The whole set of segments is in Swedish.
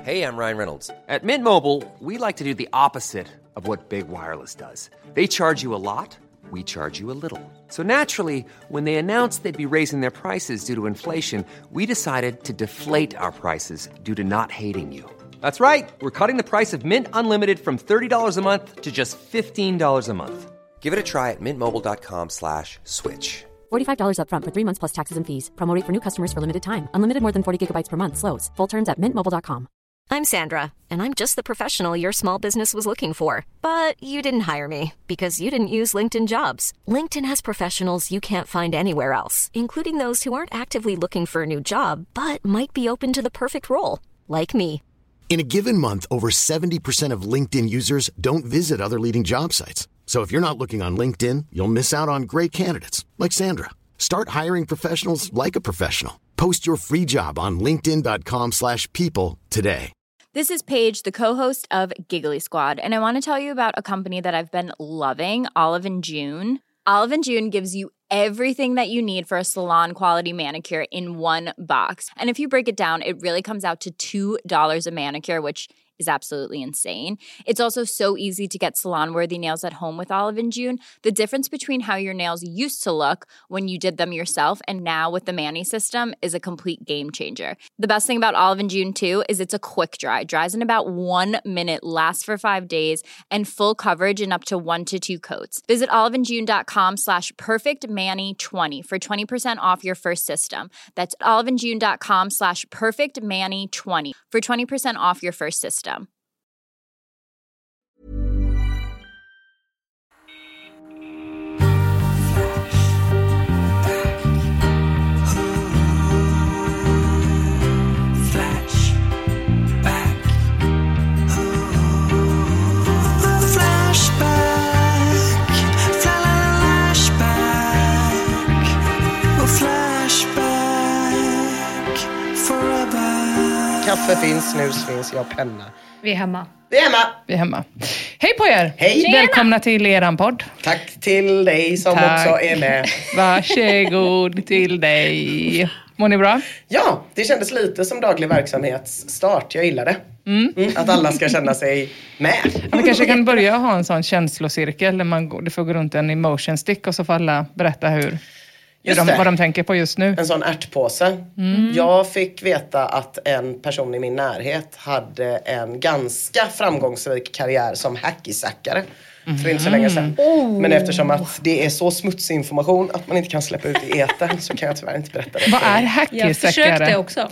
Hey, I'm Ryan Reynolds. At Mint Mobile, we like to do the opposite of what Big Wireless does. They charge you a lot, we charge you a little. So naturally, when they announced they'd be raising their prices due to inflation, we decided to deflate our prices due to not hating you. That's right. We're cutting the price of Mint Unlimited from $30 a month to just $15 a month. Give it a try at mintmobile.com/switch. $45 up front for 3 months plus taxes and fees. Promo rate for new customers for limited time. Unlimited more than 40 gigabytes per month. Slows full terms at mintmobile.com. I'm Sandra, and I'm just the professional your small business was looking for. But you didn't hire me because you didn't use LinkedIn Jobs. LinkedIn has professionals you can't find anywhere else, including those who aren't actively looking for a new job, but might be open to the perfect role, like me. In a given month, over 70% of LinkedIn users don't visit other leading job sites. So if you're not looking on LinkedIn, you'll miss out on great candidates like Sandra. Start hiring professionals like a professional. Post your free job on linkedin.com/people today. This is Paige, the co-host of Giggly Squad, and I want to tell you about a company that I've been loving, Olive & June. Olive & June gives you everything that you need for a salon-quality manicure in one box. And if you break it down, it really comes out to $2 a manicure, which is absolutely insane. It's also so easy to get salon-worthy nails at home with Olive & June. The difference between how your nails used to look when you did them yourself and now with the Mani system is a complete game changer. The best thing about Olive & June, too, is it's a quick dry. Dries in about 1 minute, lasts for 5 days, and full coverage in up to 1 to 2 coats. Visit oliveandjune.com/perfectmani20 for 20% off your first system. That's oliveandjune.com/perfectmani20 for 20% off your first system. Kaffe finns, snus finns, jag har penna. Vi är hemma. Vi är hemma. Vi är hemma. Hej på er! Hej! Välkomna till eran podd. Tack till dig som också är med. Varsågod till dig. Mår ni bra? Ja, det kändes lite som daglig verksamhetsstart. Jag gillar det. Att alla ska känna sig med. Ja, vi kanske kan börja ha en sån känslocirkel där du får gå runt en emotion stick och så får alla berätta vad de tänker på just nu. En sån ärtpåse. Jag fick veta att en person i min närhet hade en ganska framgångsrik karriär som hackisackare för inte så länge sedan. Men eftersom att det är så smutsig information att man inte kan släppa ut i etern så kan jag tyvärr inte berätta det. Vad är hackisackare? Jag försökte också.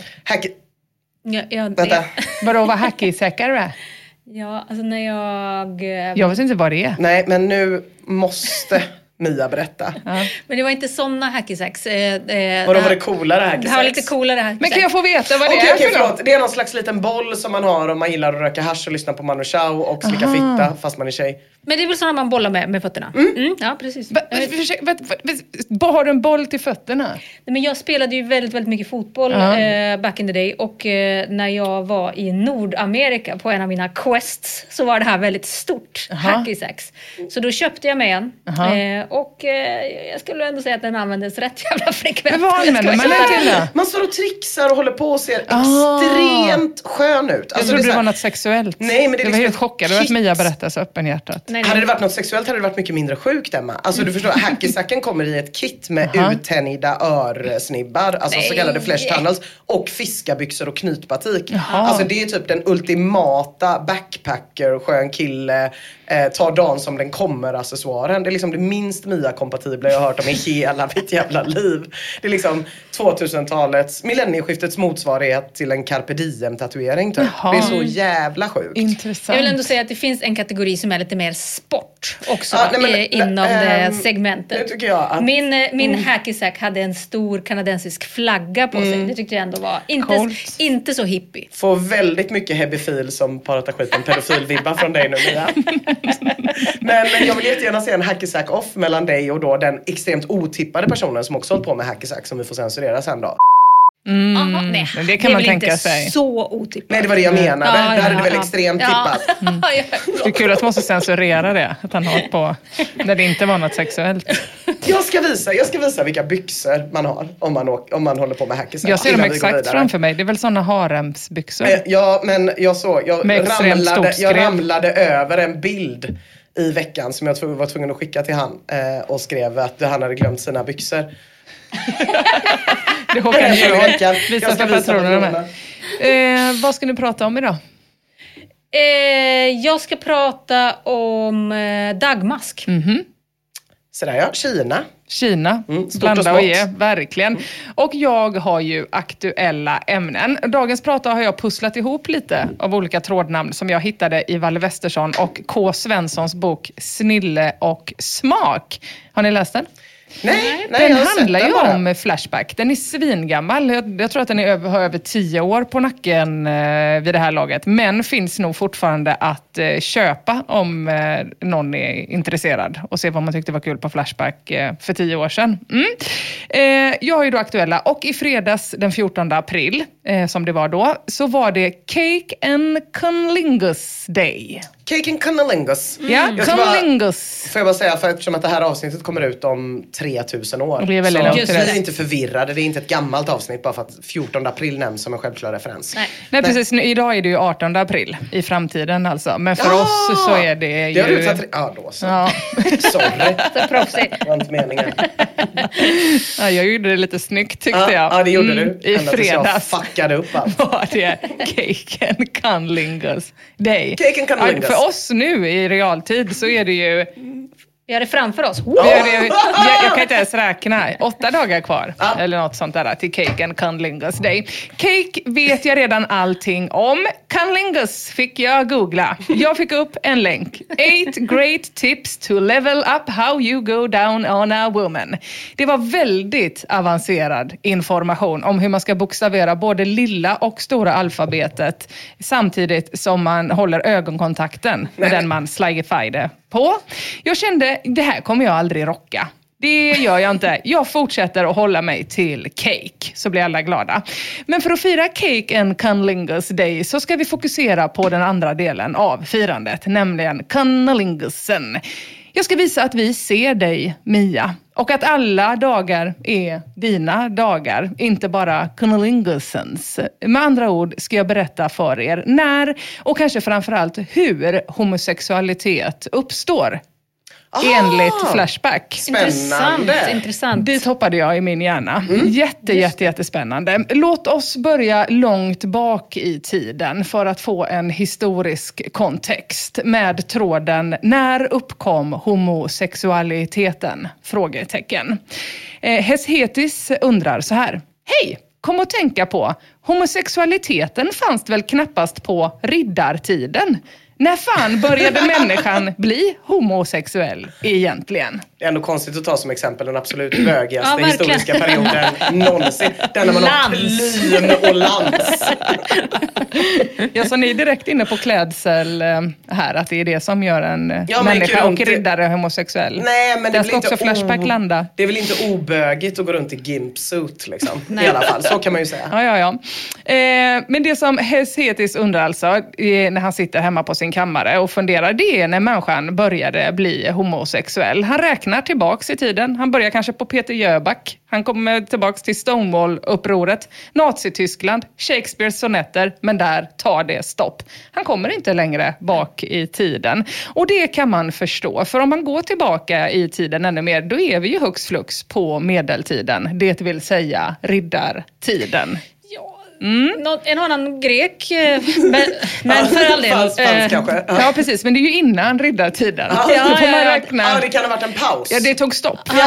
Vänta. Vadå, vad hackisackare? Ja, alltså när Jag vet inte vad det är. Nej, men nu måste Mia berätta. Ja. Men det var inte såna hackisex. Var det coolare hackisex? Det var lite coolare hackisex. Men kan jag få veta vad det är för något? Det är någon slags liten boll som man har om man gillar att röka hasch och lyssna på Manu Chao och slicka fitta fast man är tjej. Men det är väl sådana man bollar med fötterna? Ja, precis. Har du en boll till fötterna? Nej, men jag spelade ju väldigt, väldigt mycket fotboll back in the day. Och när jag var i Nordamerika på en av mina quests så var det här väldigt stort hackisex. Så då köpte jag med en. Och jag skulle ändå säga att den användes rätt jävla frekvent. Men vad använder man den till då? Man står och trixar och håller på och ser extremt skön ut. Jag trodde det var något sexuellt. Nej, men det var helt chockad. Det var att Mia berättade så öppenhjärtat. Nej. Hade det varit något sexuellt hade det varit mycket mindre sjukt, Emma. Alltså du förstår, hackisacken kommer i ett kit med uttänjda örsnibbar, alltså så kallade flesh tunnels, och fiskabyxor och knytbatik. Alltså det är typ den ultimata backpacker, skön kille, tar dagen som den kommer accessoaren. Det är liksom det minst Mia-kompatibla jag har hört om i hela mitt jävla liv. Det är liksom 2000-talets, millennieskiftets motsvarighet till en carpe diem-tatuering typ. Det är så jävla sjukt. Intressant. Jag vill ändå säga att det finns en kategori som är lite mer sport också inom det segmentet. Det tycker jag att... Min hackisack hade en stor kanadensisk flagga på sig. Det tyckte jag ändå var inte så hippie. Får väldigt mycket hebefil som paratar skiten pedofilvibbar från dig nu, Mia. Men jag vill jättegärna se en hackisack off mellan dig och då den extremt otippade personen som också hållit på med hackisack som vi får censurera sen då. Nej, det kan man väl tänka inte sig. Så otippat. Nej, det var det jag menade. Där är det väl extremt tippat. Det är kul att man måste censurera det. Att han har på när det inte var något sexuellt. Jag ska visa vilka byxor man har om man håller på med hackers. Jag ser dem exakt framför mig. Det är väl sådana haremsbyxor. Ja, men jag jag ramlade över en bild i veckan som jag var tvungen att skicka till han och skrev att han hade glömt sina byxor. Det Håkan Juholt visar för patronerna med. Vad ska ni prata om idag? Jag ska prata om dagmask. Sådär ja, Kina. Blanda och ge, verkligen. Och jag har ju aktuella ämnen. Dagens prata har jag pusslat ihop lite av olika trådnamn som jag hittade i Valle Westersson och K. Svenssons bok Snille och smak. Har ni läst den? Nej, den handlar ju om Flashback. Den är svingammal. Jag tror att den har över 10 år på nacken vid det här laget. Men finns nog fortfarande att köpa om någon är intresserad. Och se vad man tyckte var kul på Flashback för 10 år sedan. Jag har ju då aktuella. Och i fredags den 14 april, som det var då, så var det Cake and Cunnilingus Day. Cake and Cunnilingus. Ja, Cunnilingus. Får jag bara säga, för eftersom att det här avsnittet kommer ut om 3000 år. Det är väldigt långt. Så vi är inte förvirrade. Det är inte ett gammalt avsnitt bara för att 14 april nämns som en självklar referens. Nej, precis. Idag är det ju 18 april i framtiden alltså. Men för oss så är det ju... Det har du tagit... Ja, då så. Ja. Sorry. Så proffsigt. Det var inte meningen. Ja, jag gjorde det lite snyggt tyckte jag. Ja, det gjorde du. I fredags. Jag fuckade upp allt. Var det Cake and Cunnilingus Day. Cake and Cunnilingus. För oss nu i realtid så är det ju... Vi har det framför oss. Jag kan inte ens räkna. 8 dagar kvar. Eller något sånt där till Cake and Cunnilingus Day. Cake vet jag redan allting om. Cunnilingus fick jag googla. Jag fick upp en länk. 8 great tips to level up how you go down on a woman. Det var väldigt avancerad information om hur man ska bokstavera både lilla och stora alfabetet samtidigt som man håller ögonkontakten med den man slagifyde på. Jag kände, det här kommer jag aldrig rocka. Det gör jag inte. Jag fortsätter att hålla mig till cake, så blir alla glada. Men för att fira Cake and Cunnilingus Day så ska vi fokusera på den andra delen av firandet, nämligen Cunnilingusen. Jag ska visa att vi ser dig, Mia. Och att alla dagar är dina dagar, inte bara Cunnilingusens. Med andra ord ska jag berätta för er när och kanske framförallt hur homosexualitet uppstår. Enligt Flashback. Spännande. Intressant. Dit hoppade jag i min hjärna. Jättespännande. Låt oss börja långt bak i tiden för att få en historisk kontext med tråden när uppkom homosexualiteten? Frågetecken. Heshetis undrar så här. Hej! Kom att tänka på, homosexualiteten fanns väl knappast på riddartiden? När fan började människan bli homosexuell egentligen? Det är ändå konstigt att ta som exempel den absolut bögigaste historiska perioden någonsin. Den när man har plyn och lans. Ja, så ni är direkt inne på klädsel här, att det är det som gör en människa och riddare homosexuell. Nej, men det ska också Flashback landa. Det är väl inte obögigt att gå runt i gimpsuit liksom. I alla fall, så kan man ju säga. Ja. Men det som Heshetis undrar alltså, när han sitter hemma på sin kammare och funderar, det är när människan började bli homosexuell. Han räknar tillbaks i tiden. Han börjar kanske på Peter Jöback. Han kommer tillbaks till Stonewall-upproret, Nazityskland, Shakespeares sonetter, men där tar det stopp. Han kommer inte längre bak i tiden. Och det kan man förstå, för om man går tillbaka i tiden ännu mer, då är vi ju högst flux på medeltiden. Det vill säga riddartiden. En annan grek, men för all del. Kanske. Ja, precis. Men det är ju innan riddartiden. Då får man räkna. Ja, det kan ha varit en paus. Ja, det tog stopp. Och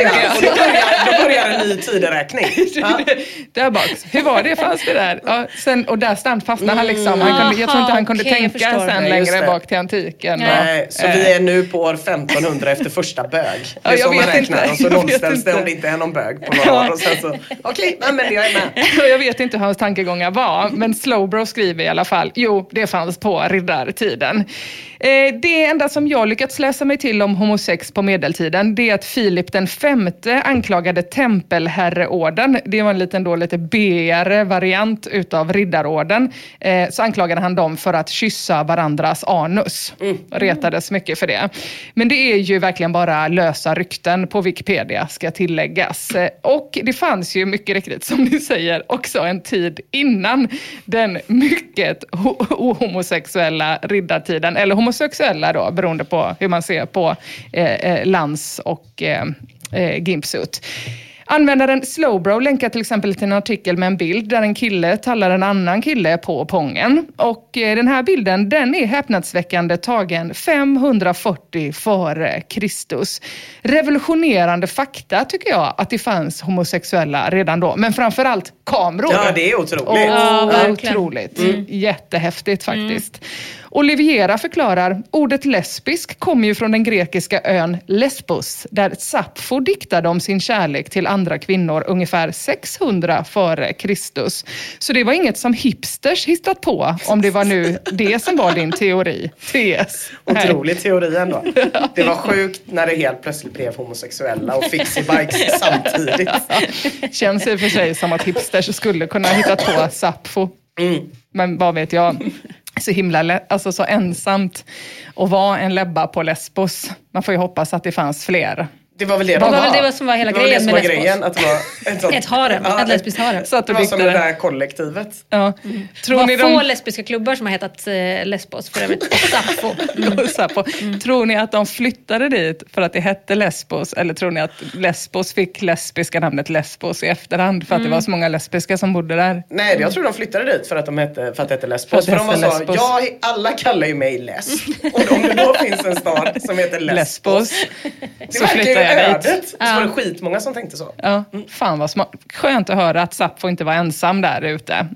då börjar en ny tideräkning. Där bak. Hur var det? Fanns det där? Ja, och där fastnade han liksom. Jag tror inte han kunde tänka sen längre bak till antiken. Nej, så vi är nu på år 1500 efter första bög. Det är så man räknar. Inte. Och så nollställs det om det inte är någon bög på några år. Och sen så, okej, men jag är med. Jag vet inte hur hans tankegångar var. Men Slowbro skriver i alla fall, jo, det fanns på riddartiden. Det enda som jag lyckats läsa mig till om homosex på medeltiden, det är att Filip den femte anklagade tempelherreorden. Det var en lite B-are variant utav riddarorden. Så anklagade han dem för att kyssa varandras anus. Retades mycket för det. Men det är ju verkligen bara lösa rykten på Wikipedia, ska tilläggas. Och det fanns ju mycket riktigt, som ni säger, också en tid innan den mycket homosexuella riddartiden. Eller homosexuella då, beroende på hur man ser på Lans och Gimpsuit. Användaren Slowbro länkar till exempel till en artikel med en bild där en kille tallar en annan kille på pången. Och den här bilden, den är häpnadsväckande tagen 540 före Kristus. Revolutionerande fakta tycker jag att det fanns homosexuella redan då. Men framförallt kameror. Ja, det är otroligt. Otroligt. Jättehäftigt faktiskt. Oliviera förklarar, ordet lesbisk kommer ju från den grekiska ön Lesbos, där Sappho diktade om sin kärlek till andra kvinnor ungefär 600 före Kristus. Så det var inget som hipsters hittat på, om det var nu det som var din tes. Otrolig teori ändå. Det var sjukt när det helt plötsligt blev homosexuella och fixie-bikes samtidigt. Känns i för sig som att hipsters skulle kunna hitta på Sappho. Men vad vet jag... Så himla, alltså så ensamt att vara en lebba på Lesbos. Man får ju hoppas att det fanns fler. Det var väl det det som var hela grejen med Lesbos. Att det var ett harem, ett lesbiskt harem. Så att det var som det där kollektivet. Ja. Tror ni få lesbiska klubbar som har hetat Lesbos, för övrigt Sappho. Tror ni att de flyttade dit för att det hette Lesbos? Eller tror ni att Lesbos fick lesbiska namnet Lesbos i efterhand för att det var så många lesbiska som bodde där? Nej, jag tror de flyttade dit för att det hette Lesbos. För de var så, ja, alla kallar ju mig Les. Och om det då finns en stad som heter Lesbos. Så flyttar jag dit. Så var det skitmånga som tänkte så. Ja, fan vad smart. Skönt att höra att Sappho inte var ensam där ute.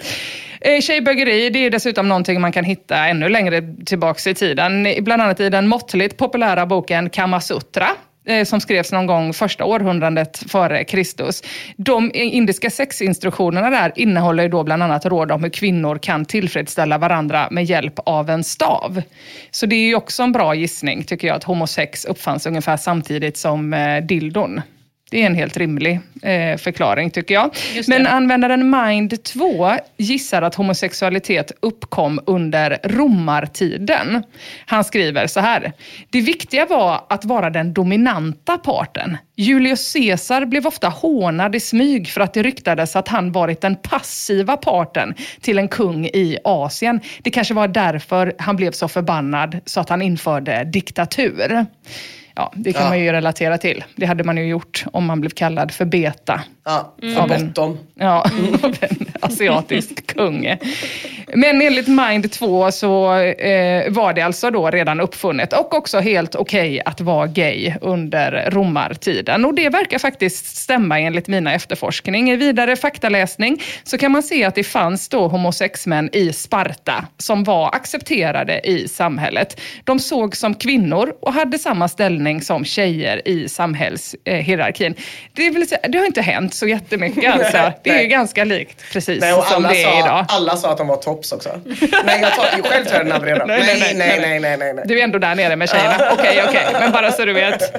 Tjejbögeri, det är dessutom någonting man kan hitta ännu längre tillbaka i tiden. Bland annat i den måttligt populära boken Kama Sutra, som skrevs någon gång första århundradet före Kristus. De indiska sexinstruktionerna där innehåller ju då bland annat råd om hur kvinnor kan tillfredsställa varandra med hjälp av en stav. Så det är ju också en bra gissning, tycker jag, att homosex uppfanns ungefär samtidigt som dildon. Det är en helt rimlig förklaring, tycker jag. Men användaren Mind2 gissar att homosexualitet uppkom under romartiden. Han skriver så här: det viktiga var att vara den dominanta parten. Julius Caesar blev ofta hånad i smyg för att det ryktades att han varit den passiva parten till en kung i Asien. Det kanske var därför han blev så förbannad så att han införde diktatur. Ja, det kan man ju relatera till. Det hade man ju gjort om man blev kallad för beta. Ja, för bottom. Av en asiatisk kung. Men enligt Mind2 så var det alltså då redan uppfunnet och också helt okej att vara gay under romartiden. Och det verkar faktiskt stämma enligt mina efterforskning. I vidare faktaläsning så kan man se att det fanns då homosexmän i Sparta som var accepterade i samhället. De såg som kvinnor och hade samma ställning som tjejer i samhällshierarkin. Det vill säga, det har inte hänt så jättemycket alltså. Det är ju ganska likt precis som det är idag. Alla sa att de var tops också. Nej, själv tar jag den aldrig redan. Nej. Du är ändå där nere med tjejerna. Okej. Men bara så du vet.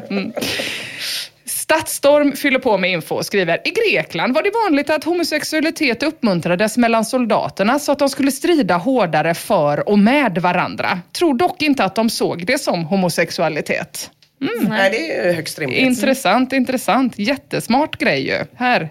Stadstorm fyller på med info, skriver: i Grekland var det vanligt att homosexualitet uppmuntrades mellan soldaterna så att de skulle strida hårdare för och med varandra. Tror dock inte att de såg det som homosexualitet. Nej, det är högst rimligt. Intressant. Jättesmart grej ju. Här,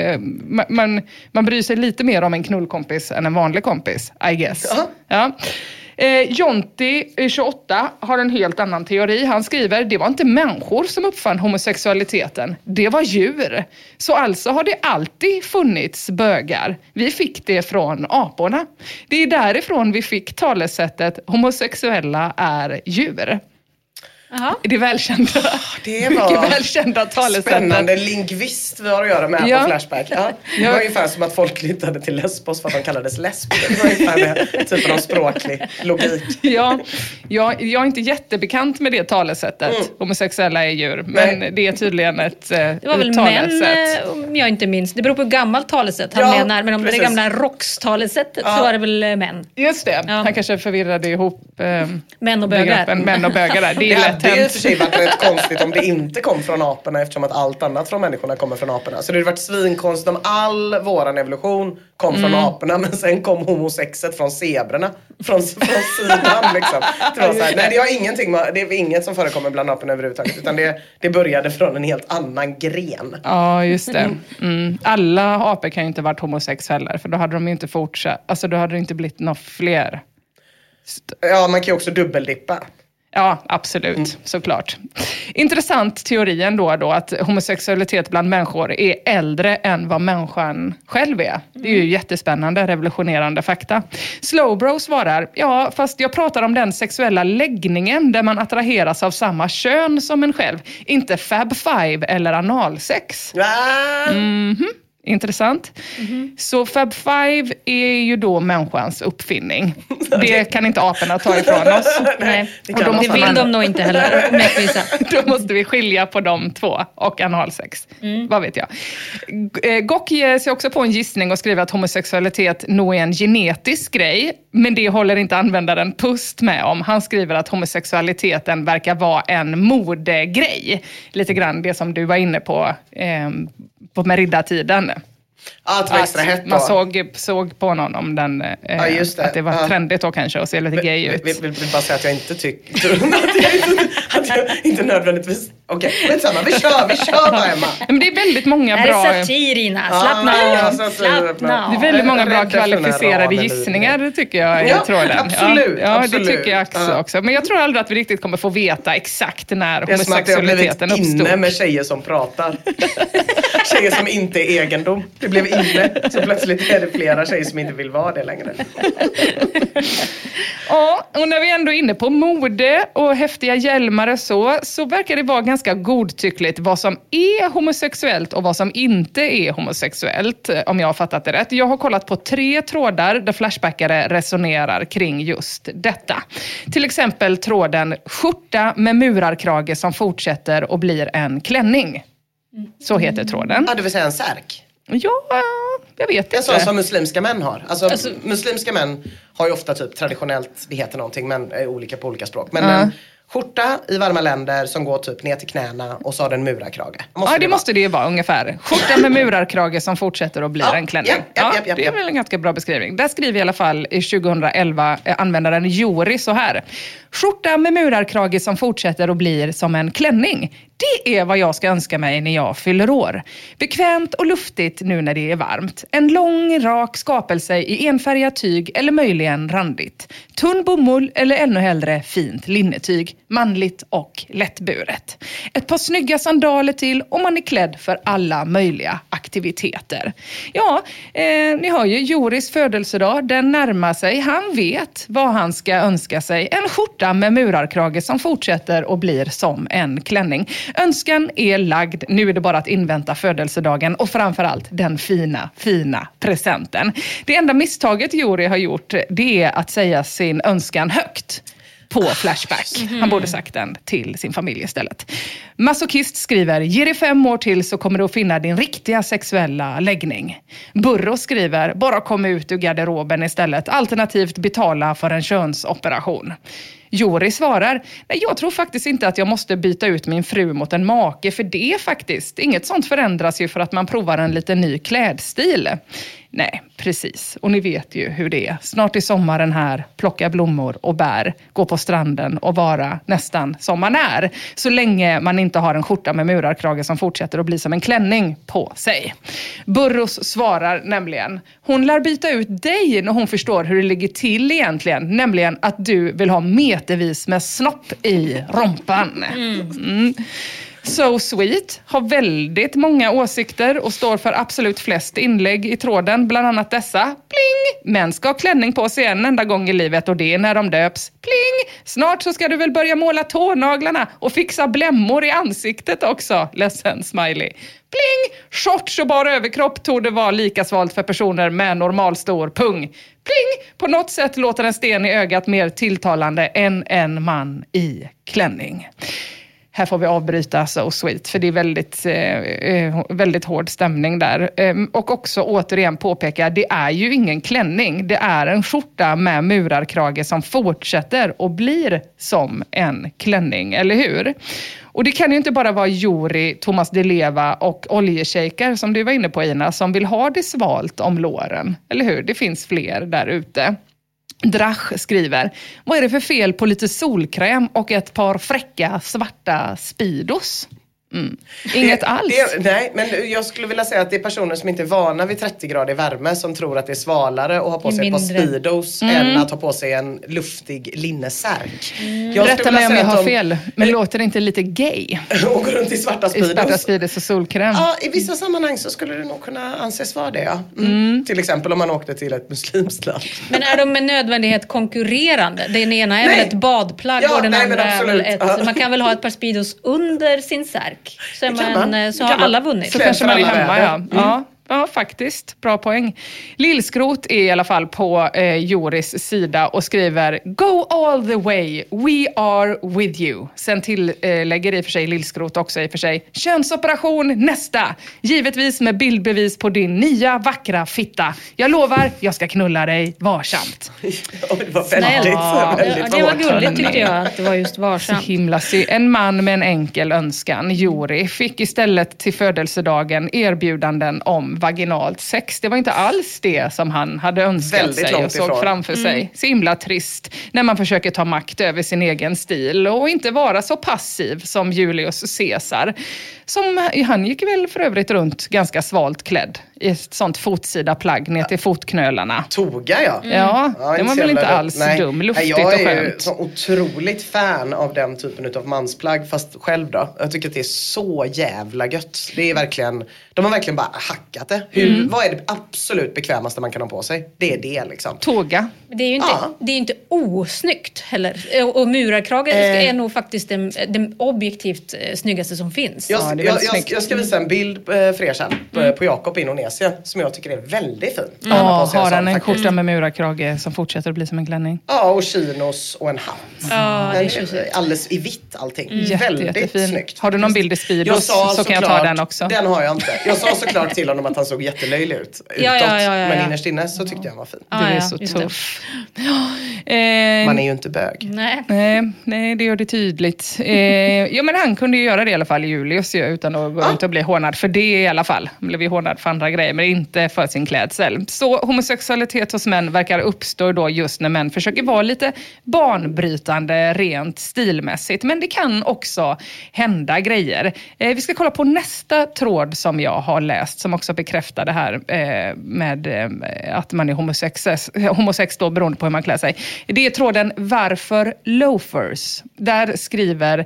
man bryr sig lite mer om en knullkompis än en vanlig kompis, I guess. Ja. Jonty, 28, har en helt annan teori. Han skriver: det var inte människor som uppfann homosexualiteten. Det var djur. Så alltså har det alltid funnits bögar. Vi fick det från aporna. Det är därifrån vi fick talesättet homosexuella är djur. Det är välkända. Det var mycket välkända talesättet. Spännande lingvist vi har att göra med på Flashback. Ja. Det var ungefär som att folk flyttade till Lesbos för att de kallades lesb. Det var ungefär det, typen av språklig logik. Jag är inte jättebekant med det talesättet. Homosexuella är djur. Men det är tydligen ett det var väl talesätt. Män, om jag inte minns. Det beror på hur gammalt talesätt han menar. Men om det gamla rockstalesättet så var det väl män. Just det. Han kanske förvirrade ihop män och bögar. Män och bögar där. Det är lätt hänt. Det är för sig varit rätt konstigt om det inte kom från aporna, eftersom att allt annat från människorna kommer från aporna. Så det har varit svinkonstigt om all våran evolution kom från aporna, men sen kom homosexet från zebrorna. Från sidan liksom. Det var så här, nej, det har ingenting med, det är inget som förekommer bland aporna överhuvudtaget, utan det började från en helt annan gren. Ja, just det. Alla apor kan ju inte varit homosexuella, för då hade de ju inte fortsatt. Alltså då hade det inte blivit några fler. Ja, man kan ju också dubbeldippa. Ja, absolut. Såklart. Intressant teori ändå då att homosexualitet bland människor är äldre än vad människan själv är. Det är ju jättespännande, revolutionerande fakta. Slowbro svarar, ja, fast jag pratar om den sexuella läggningen där man attraheras av samma kön som en själv. Inte Fab Five eller analsex. Intressant. Så Fab Five är ju då människans uppfinning. Det kan inte aporna ta ifrån oss. Nej, det vill de nog inte heller. Då måste vi skilja på de två och analsex. Vad vet jag. Gock ger sig också på en gissning och skriver att homosexualitet nog är en genetisk grej. Men det håller inte användaren Pust med om. Han skriver att homosexualiteten verkar vara en modegrej. Lite grann det som du var inne på med riddartiden. Att det var extra hett då. Man såg på någon om den, att det var trendigt då kanske att se lite gay ut. Jag vill bara säga att jag inte tycker att jag inte nödvändigtvis. Okej, men samma, vi kör bara, Emma. Men det är väldigt många bra. Det är satirina, slappna. Det är väldigt många bra kvalificerade gissningar tycker jag i tråden. Absolut. Ja, det tycker jag också. Men jag tror aldrig att vi riktigt kommer få veta exakt när homosexualiteten uppstod. Det är som att det har blivit inne med tjejer som pratar. Tjejer som inte är egendom. Det blev inne, så plötsligt är det flera tjejer som inte vill vara det längre. Ja, och när vi ändå är inne på mode och häftiga hjälmar och så verkar det vara ganska godtyckligt vad som är homosexuellt och vad som inte är homosexuellt, om jag har fattat det rätt. Jag har kollat på 3 trådar där flashbackare resonerar kring just detta. Till exempel tråden skjorta med murarkrage som fortsätter och blir en klänning. Så heter tråden. Ja, det vill säga en särk. Ja, jag vet inte. En sån som muslimska män har. Alltså muslimska män har ju ofta typ traditionellt, det heter någonting, men är olika på olika språk. Men en skjorta i varma länder som går typ ner till knäna och så har den murarkrage. Det måste det ju vara ungefär. Skjorta med murarkrage som fortsätter och blir en klänning. Det är väl en ganska bra beskrivning. Där skriver i alla fall i 2011 användaren Jori så här. Skjorta med murarkrage som fortsätter och blir som en klänning. Det är vad jag ska önska mig när jag fyller år. Bekvämt och luftigt nu när det är varmt. En lång, rak skapelse i enfärgat tyg eller möjligen randigt. Tunn bomull eller ännu hellre fint linnetyg. Manligt och lättburet. Ett par snygga sandaler till och man är klädd för alla möjliga aktiviteter. Ja, ni hör ju Joris födelsedag. Den närmar sig. Han vet vad han ska önska sig. En skjorta med murarkrage som fortsätter och blir som en klänning. Önskan är lagd. Nu är det bara att invänta födelsedagen och framförallt den fina presenten. Det enda misstaget Jori har gjort, det är att säga sin önskan högt på Flashback. Han borde sagt den till sin familj istället. Masochist skriver, ge dig 5 år till så kommer du att finna din riktiga sexuella läggning. Burro skriver, bara kom ut ur garderoben istället. Alternativt betala för en könsoperation. Jori svarar, nej jag tror faktiskt inte att jag måste byta ut min fru mot en make, för det är faktiskt, inget sånt förändras ju för att man provar en lite ny klädstil. Nej, precis. Och ni vet ju hur det är. Snart är sommaren här, plocka blommor och bär, gå på stranden och vara nästan som man är. Så länge man inte har en skjorta med murarkrage som fortsätter att bli som en klänning på sig. Burros svarar nämligen, hon lär byta ut dig när hon förstår hur det ligger till egentligen. Nämligen att du vill ha metervis med snopp i rompan. So Sweet har väldigt många åsikter och står för absolut flest inlägg i tråden. Bland annat dessa. Pling! Män ska ha klänning på sig en enda gång i livet och det är när de döps. Pling! Snart så ska du väl börja måla tånaglarna och fixa blämmor i ansiktet också. Ledsen smiley. Pling! Shorts och bara överkropp tog det vara lika svalt för personer med normal stor pung. Pling! På något sätt låter en sten i ögat mer tilltalande än en man i klänning. Här får vi avbryta So Sweet för det är väldigt hård stämning där. Och också återigen påpeka, det är ju ingen klänning. Det är en skjorta med murarkrage som fortsätter och blir som en klänning, eller hur? Och det kan ju inte bara vara Juri, Thomas Di Leva och oljeshejker som du var inne på, Ina, som vill ha det svalt om låren. Eller hur? Det finns fler där ute. Drach skriver, vad är det för fel på lite solkräm och ett par fräcka svarta Speedos? Inget alls. Nej, men jag skulle vilja säga att det är personer som inte är vana vid 30 grader värme som tror att det är svalare att ha på sig ett par Speedos än att ha på sig en luftig linnesärk. Rätta mig om jag har fel, men låter det inte lite gay? Och gå runt i svarta Speedos. I svarta Speedos och solkräm. Ja, i vissa sammanhang så skulle det nog kunna anses vara det, ja. Till exempel om man åkte till ett muslimskt land. Men är de med nödvändighet konkurrerande? Den ena är väl ett badplagg och den andra är väl man kan väl ha ett par Speedos under sin särk. Så har alla vunnit. Så kanske man är hemma, Ja, faktiskt. Bra poäng. Lillskrot är i alla fall på Joris sida och skriver Go all the way, we are with you. Sen tillägger i och för sig Lillskrot också i och för sig könsoperation nästa. Givetvis med bildbevis på din nya vackra fitta. Jag lovar, jag ska knulla dig varsamt. Det var väldigt det var gulligt tyckte jag att det var just varsamt. Så himla en man med en enkel önskan, Jori, fick istället till födelsedagen erbjudanden om vaginalt sex. Det var inte alls det som han hade önskat väldigt sig och såg framför sig. Så himla trist när man försöker ta makt över sin egen stil och inte vara så passiv som Julius Caesar. Han gick väl för övrigt runt ganska svalt klädd i ett sånt fotsida plagg ner till fotknölarna. Toga, ja. Ja, det var väl inte alls dum. Luftigt och skönt. Jag är så otroligt fan av den typen av mansplagg, fast själv då. Jag tycker att det är så jävla gött. Det är verkligen, de har verkligen bara hackat det. Vad är det absolut bekvämaste man kan ha på sig? Det är det liksom. Toga. Det är ju inte osnyggt heller. Och murarkragen är nog faktiskt den objektivt snyggaste som finns. Jag ska visa en bild för er sen på Jakob i Indonesien som jag tycker är väldigt fin. Har han en skjorta med murarkrage som fortsätter att bli som en klänning? Ja, och chinos och en hatt. Alldeles i vitt allting. Väldigt snyggt. Har du någon bild i Speedos så kan jag ta den också. Den har jag inte. Jag sa såklart till honom att han såg jättelöjlig ut utåt. Men innerst inne så tyckte jag han var fin. Du är så tuff. Man är ju inte bög. Nej, det gör det tydligt. Men han kunde ju göra det i alla fall i Julius utan att gå runt och bli hånad för det i alla fall. Han blev ju hånad för andra grejer men inte för sin klädsel. Så homosexualitet hos män verkar uppstå då just när män försöker vara lite banbrytande rent stilmässigt. Men det kan också hända grejer. Vi ska kolla på nästa tråd som jag har läst som också bekräftar det här med att man är homosex då beroende på hur man klär sig. Det är tråden Varför loafers? Där skriver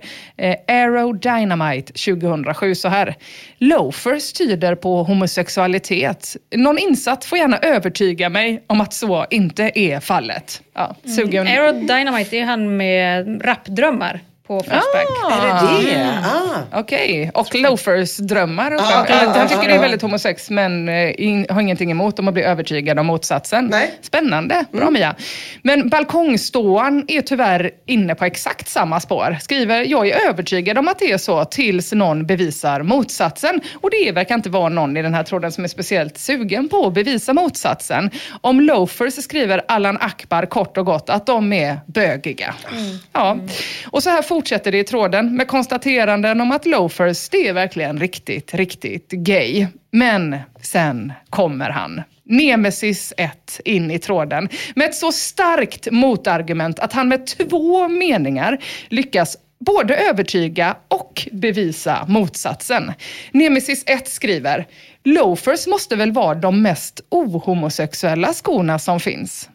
Aerodynamite 2007 så här. Loafers tyder på homosexualitet. Någon insatt får gärna övertyga mig om att så inte är fallet. Ja, Aerodynamite, det är han med rapdrömmar på Flashback. Är det det? Okej. Och loafers drömmar. Han tycker det är väldigt homosex men har ingenting emot om att bli övertygad om motsatsen. Nej. Spännande. Bra Mia. Men balkongståan är tyvärr inne på exakt samma spår. Skriver, jag är övertygad om att det är så tills någon bevisar motsatsen. Och det verkar inte vara någon i den här tråden som är speciellt sugen på att bevisa motsatsen. Om loafers skriver Allan Akbar kort och gott att de är bögiga. Ja. Och så här fortsätter det i tråden med konstateranden om att loafers, det är verkligen riktigt, riktigt gay. Men sen kommer han. Nemesis 1 in i tråden med ett så starkt motargument att han med 2 meningar lyckas både övertyga och bevisa motsatsen. Nemesis 1 skriver: loafers måste väl vara de mest ohomosexuella skorna som finns.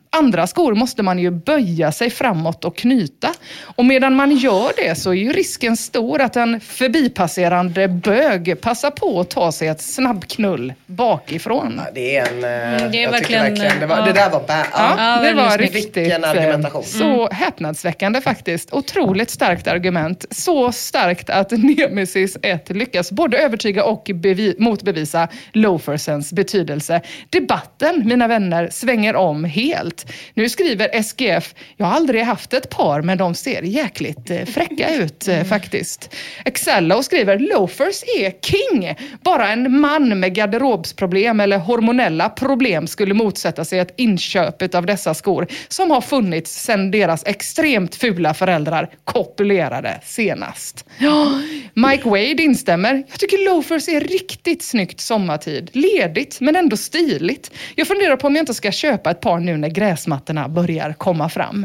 Andra skor måste man ju böja sig framåt och knyta. Och medan man gör det så är ju risken stor att en förbipasserande bög passar på att ta sig ett snabbknull bakifrån. Ja, det är en... det är jag verkligen... Det där var det var riktigt... Vilken argumentation. Så häpnadsväckande faktiskt. Otroligt starkt argument. Så starkt att Nemesis 1 lyckas både övertyga och motbevisa loafersens betydelse. Debatten, mina vänner, svänger om helt. Nu skriver SGF, jag har aldrig haft ett par men de ser jäkligt fräcka ut faktiskt. Excello skriver, loafers är king. Bara en man med garderobsproblem eller hormonella problem skulle motsätta sig ett inköpet av dessa skor som har funnits sedan deras extremt fula föräldrar kopulerade senast. Ja, Mike Wade instämmer. Jag tycker loafers är riktigt snyggt sommartid. Ledigt men ändå stiligt. Jag funderar på om jag inte ska köpa ett par nu när gräsmattorna börjar komma fram.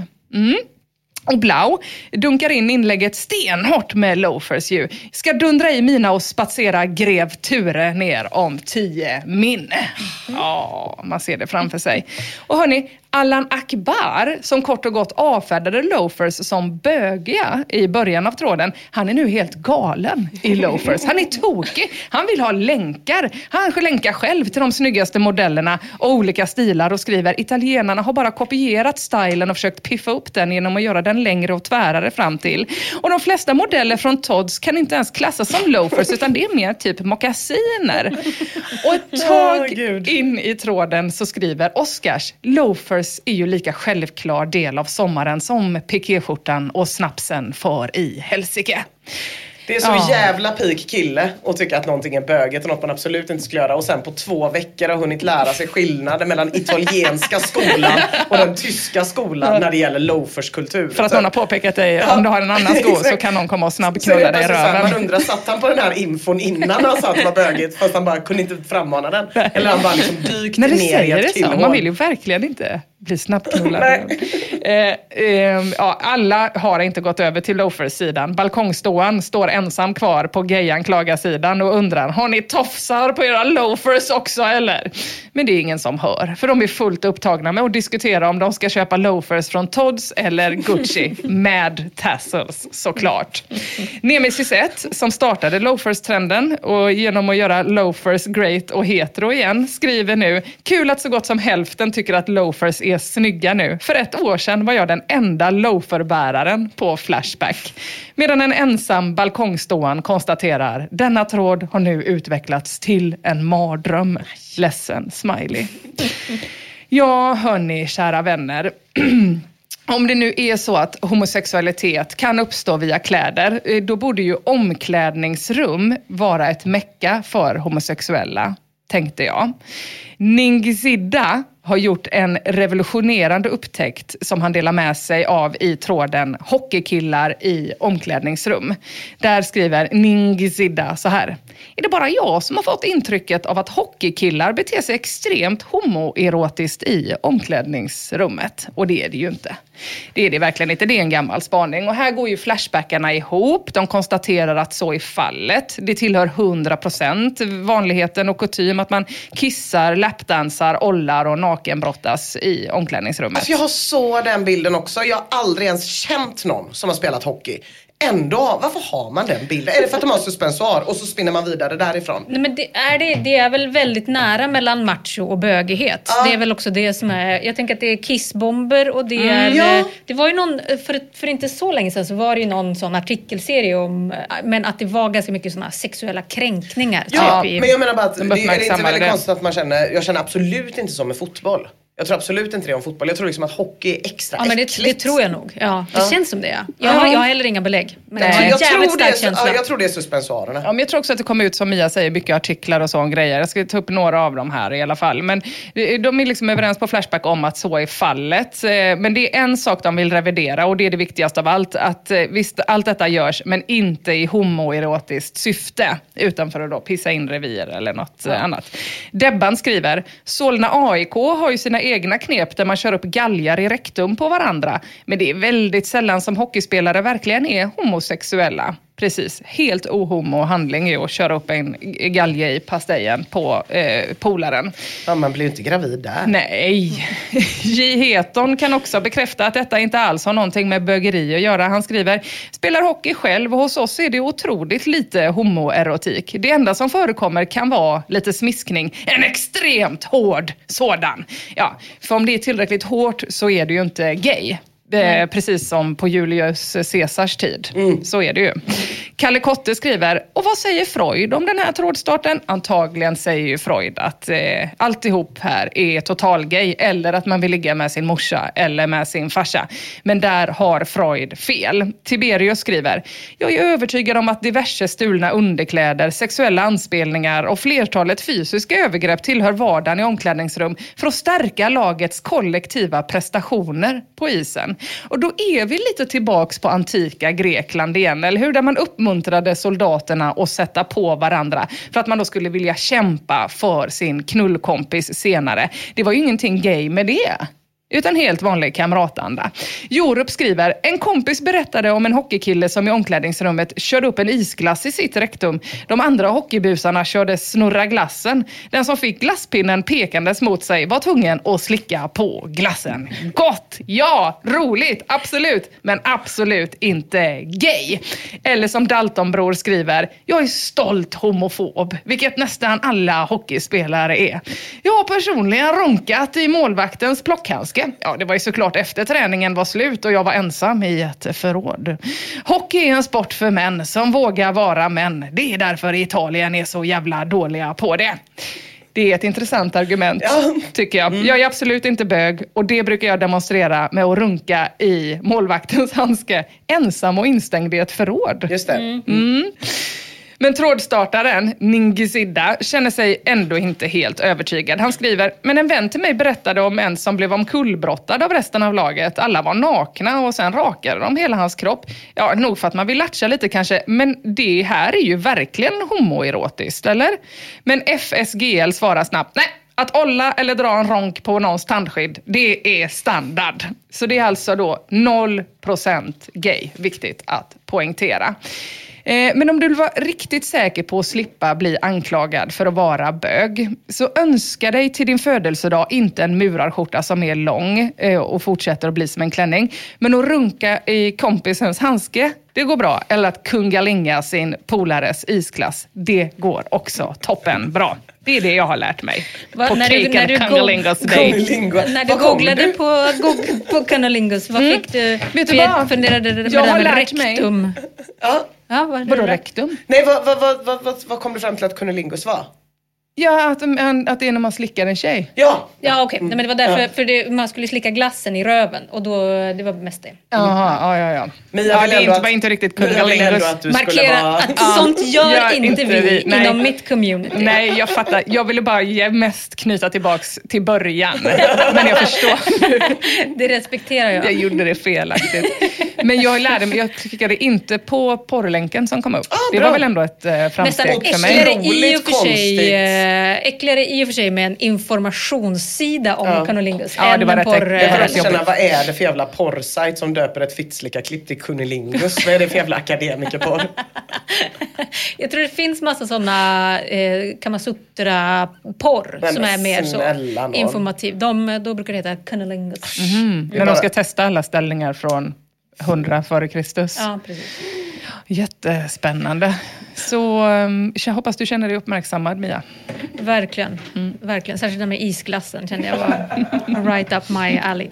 Och Blau dunkar in inlägget stenhårt med loafers ju. Ska dundra i mina och spatsera Grev Ture ner om 10 min. Ja, man ser det framför sig. Och hörni, Allan Akbar, som kort och gott avfärdade loafers som bögiga i början av tråden, han är nu helt galen i loafers. Han är tokig. Han vill ha länkar. Han länkar själv till de snyggaste modellerna och olika stilar och skriver, italienarna har bara kopierat stilen och försökt piffa upp den genom att göra den längre och tvärare fram till. Och de flesta modeller från Todds kan inte ens klassas som loafers utan det är mer typ mockasiner. Och ett tag in i tråden så skriver Oscars, loafers är ju lika självklar del av sommaren som pikéskjortan och snapsen för i helsike. Det är så jävla peak kille att tycka att någonting är böget och något man absolut inte ska göra. Och sen på 2 veckor har hunnit lära sig skillnaden mellan italienska skolan och den tyska skolan när det gäller loaferskultur. För att någon har påpekat dig, om du har en annan sko så kan någon komma och snabbknulla dig i röven. Man undrar, satt han på den här infon innan han sa att det var böget fast han bara kunde inte frammana den? Eller han bara liksom dykt ner i ett killhål. Man vill ju verkligen inte bli snabbknullad. Alla har inte gått över till loafers-sidan. Balkongståan står ensam kvar på gayanklagarsidan och undrar, har ni tofsar på era loafers också eller? Men det är ingen som hör, för de är fullt upptagna med att diskutera om de ska köpa loafers från Todds eller Gucci med tassels, såklart. Nemesis 1, som startade loafers-trenden och genom att göra loafers great och hetero igen, skriver nu, kul att så gott som hälften tycker att loafers är snygga nu. För 1 år sedan var jag den enda loaferbäraren på Flashback. Medan en ensam balkongståan konstaterar, denna tråd har nu utvecklats till en mardröm. Ledsen smiley. Ja, hörni, kära vänner. Om det nu är så att homosexualitet kan uppstå via kläder, då borde ju omklädningsrum vara ett mecka för homosexuella, tänkte jag. Ningizidda har gjort en revolutionerande upptäckt som han delar med sig av i tråden Hockeykillar i omklädningsrum. Där skriver Ningizidda så här. Är det bara jag som har fått intrycket av att hockeykillar beter sig extremt homoerotiskt i omklädningsrummet? Och det är det ju inte. Det är det verkligen inte. Det är en gammal spaning. Och här går ju flashbackarna ihop. De konstaterar att så är fallet. Det tillhör 100% vanligheten och kutym att man kissar, lapdansar, ollar och nakenbrottas i omklädningsrummet. Alltså jag har så den bilden också. Jag har aldrig ens känt någon som har spelat hockey. Ändå, varför har man den bilden? Är det för att de har suspensoar och så spinner man vidare därifrån? Nej, men det är väl väldigt nära mellan macho och bögighet. Det är väl också det som är, jag tänker att det är kissbomber och det är, det var ju någon, för inte så länge sedan så var det ju någon sån artikelserie om, men att det var ganska mycket såna sexuella kränkningar. Ja, typ men jag menar bara att det är inte väldigt konstigt att man känner, jag känner absolut inte så med fotboll. Jag tror absolut inte det om fotboll. Jag tror liksom att hockey är extra äckligt. Men det tror jag nog. Ja, det känns som det. Jag har heller inga belägg. Men jag tror det är suspensoarerna. Ja, men jag tror också att det kommer ut, som Mia säger, mycket artiklar och sån grejer. Jag ska ta upp några av dem här i alla fall. Men de är liksom överens på Flashback om att så är fallet. Men det är en sak de vill revidera och det är det viktigaste av allt. Att visst, allt detta görs men inte i homoerotiskt syfte. Utan för att då pissa in revir eller något annat. Debban skriver, Solna AIK har ju sina egna knep där man kör upp galgar i rektum på varandra. Men det är väldigt sällan som hockeyspelare verkligen är homosexuella. precis. Helt ohomo handling är att köra upp en galge i pastejen på polaren. Ja, man blir ju inte gravid där. Nej. J. Heton kan också bekräfta att detta inte alls har någonting med bögeri att göra. Han skriver, spelar hockey själv och hos oss är det otroligt lite homoerotik. Det enda som förekommer kan vara lite smiskning. En extremt hård sådan. Ja, för om det är tillräckligt hårt så är det ju inte gay. Precis som på Julius Caesars tid. Så är det ju. Kalle Kotte skriver, och vad säger Freud om den här trådstarten? Antagligen säger ju Freud att alltihop här är totalgay, eller att man vill ligga med sin morsa eller med sin farsa. Men där har Freud fel. Tiberius skriver, jag är övertygad om att diverse stulna underkläder, sexuella anspelningar och flertalet fysiska övergrepp tillhör vardagen i omklädningsrum för att stärka lagets kollektiva prestationer på isen. Och då är vi lite tillbaks på antika Grekland igen, eller hur? Där man uppmuntrade soldaterna att sätta på varandra för att man då skulle vilja kämpa för sin knullkompis senare. Det var ju ingenting gay med det. Utan helt vanlig kamratanda. Jorup skriver, en kompis berättade om en hockeykille som i omklädningsrummet körde upp en isglass i sitt rektum. De andra hockeybusarna körde snurra glassen. Den som fick glasspinnen pekandes mot sig var tvungen att slicka på glassen. Gott! Ja! Roligt! Absolut! Men absolut inte gay. Eller som Daltonbror skriver, jag är stolt homofob, vilket nästan alla hockeyspelare är. Jag har personligen ronkat i målvaktens plockhandske. Ja, det var ju såklart efter träningen var slut och jag var ensam i ett förråd. Hockey är en sport för män som vågar vara män. Det är därför Italien är så jävla dåliga på det. Det är ett intressant argument, tycker jag. Jag är absolut inte bög och det brukar jag demonstrera med att runka i målvaktens handske. Ensam och instängd i ett förråd. Just det. Men trådstartaren, Ningisidda, känner sig ändå inte helt övertygad. Han skriver, men en vän till mig berättade om en som blev omkullbrottad av resten av laget. Alla var nakna och sen rakade de hela hans kropp. Ja, nog för att man vill latcha lite kanske, men det här är ju verkligen homoerotiskt, eller? Men FSGL svarar snabbt, nej. Att olla eller dra en ronk på någons tandskydd, det är standard. Så det är alltså då 0% gay, viktigt att poängtera. Men om du vill vara riktigt säker på att slippa bli anklagad för att vara bög, så önska dig till din födelsedag inte en murarskjorta som är lång och fortsätter att bli som en klänning. Men att runka i kompisens handske, det går bra. Eller att kungalinga sin polares isklass, det går också toppen bra. Det är det jag har lärt mig. När du googlade på Cunnilingus, vad fick du? Vet du vad? Jag har lärt rektum. Mig. Ja, vadå rektum? Nej, vad kom du fram till att Cunnilingus var? Ja, att det är när man slickar en tjej. Ja, okej. Nej, men det var därför för man skulle slicka glassen i röven och då det var mest det. Jaha, ja. Men jag vill var inte riktigt Cunnilingus. Markera att sånt gör inte vi inom mitt community. Nej, jag fattar. Jag ville bara mest knyta tillbaks till början. Men jag förstår. Det respekterar jag. Jag gjorde det felaktigt. Men jag lärde mig, jag klickade inte på porrlänken som kom upp. Det var väl ändå ett framsteg för mig. Äckligare i och för sig med en informationssida om Cunnilingus. Ja, det var rätt äckligt. Vad är det för jävla porrsajt som döper ett fittslicka-klipp till Cunnilingus? Vad är det för jävla akademikerporr? Jag tror det finns massa sådana Kamasutra-porr som är mer så informativ. Då brukar det heta Cunnilingus. När de ska testa alla ställningar från 100 före Kristus. Ja, precis. Jättespännande. Så jag hoppas du känner dig uppmärksammad, Mia. Verkligen. Verkligen. Särskilt det med isglassen kände jag var right up my alley.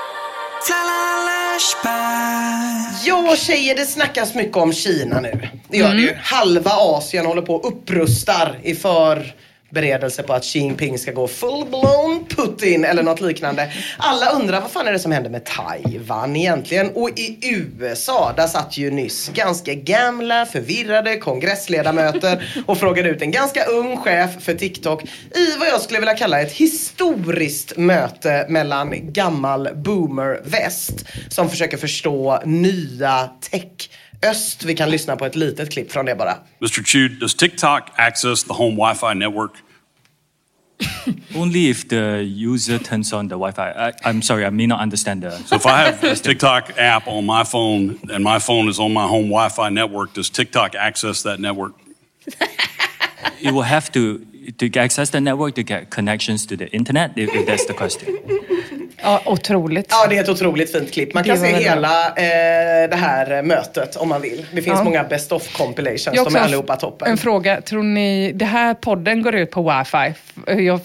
Ja, tjejer, det snackas mycket om Kina nu. Det gör det ju. Halva Asien håller på och upprustar i beredelse på att Xi Jinping ska gå full-blown Putin eller något liknande. Alla undrar vad fan är det som händer med Taiwan egentligen. Och i USA, där satt ju nyss ganska gamla, förvirrade kongressledamöter och frågade ut en ganska ung chef för TikTok i vad jag skulle vilja kalla ett historiskt möte mellan gammal boomer-väst som försöker förstå nya tech-öst. Vi kan lyssna på ett litet klipp från det bara. Mr. Chu, does TikTok access the home Wi-Fi network? Only if the user turns on the Wi-Fi. I'm sorry, I may not understand the... So if I have a TikTok app on my phone and my phone is on my home Wi-Fi network, does TikTok access that network? It will have to access the network to get connections to the internet, if that's the question. Ja, otroligt. Ja, det är ett otroligt fint klipp. Man kan se hela det här mötet om man vill. Det finns många best of compilations, de är allihopa toppen. En fråga, tror ni det här podden går ut på Wi-Fi? Jag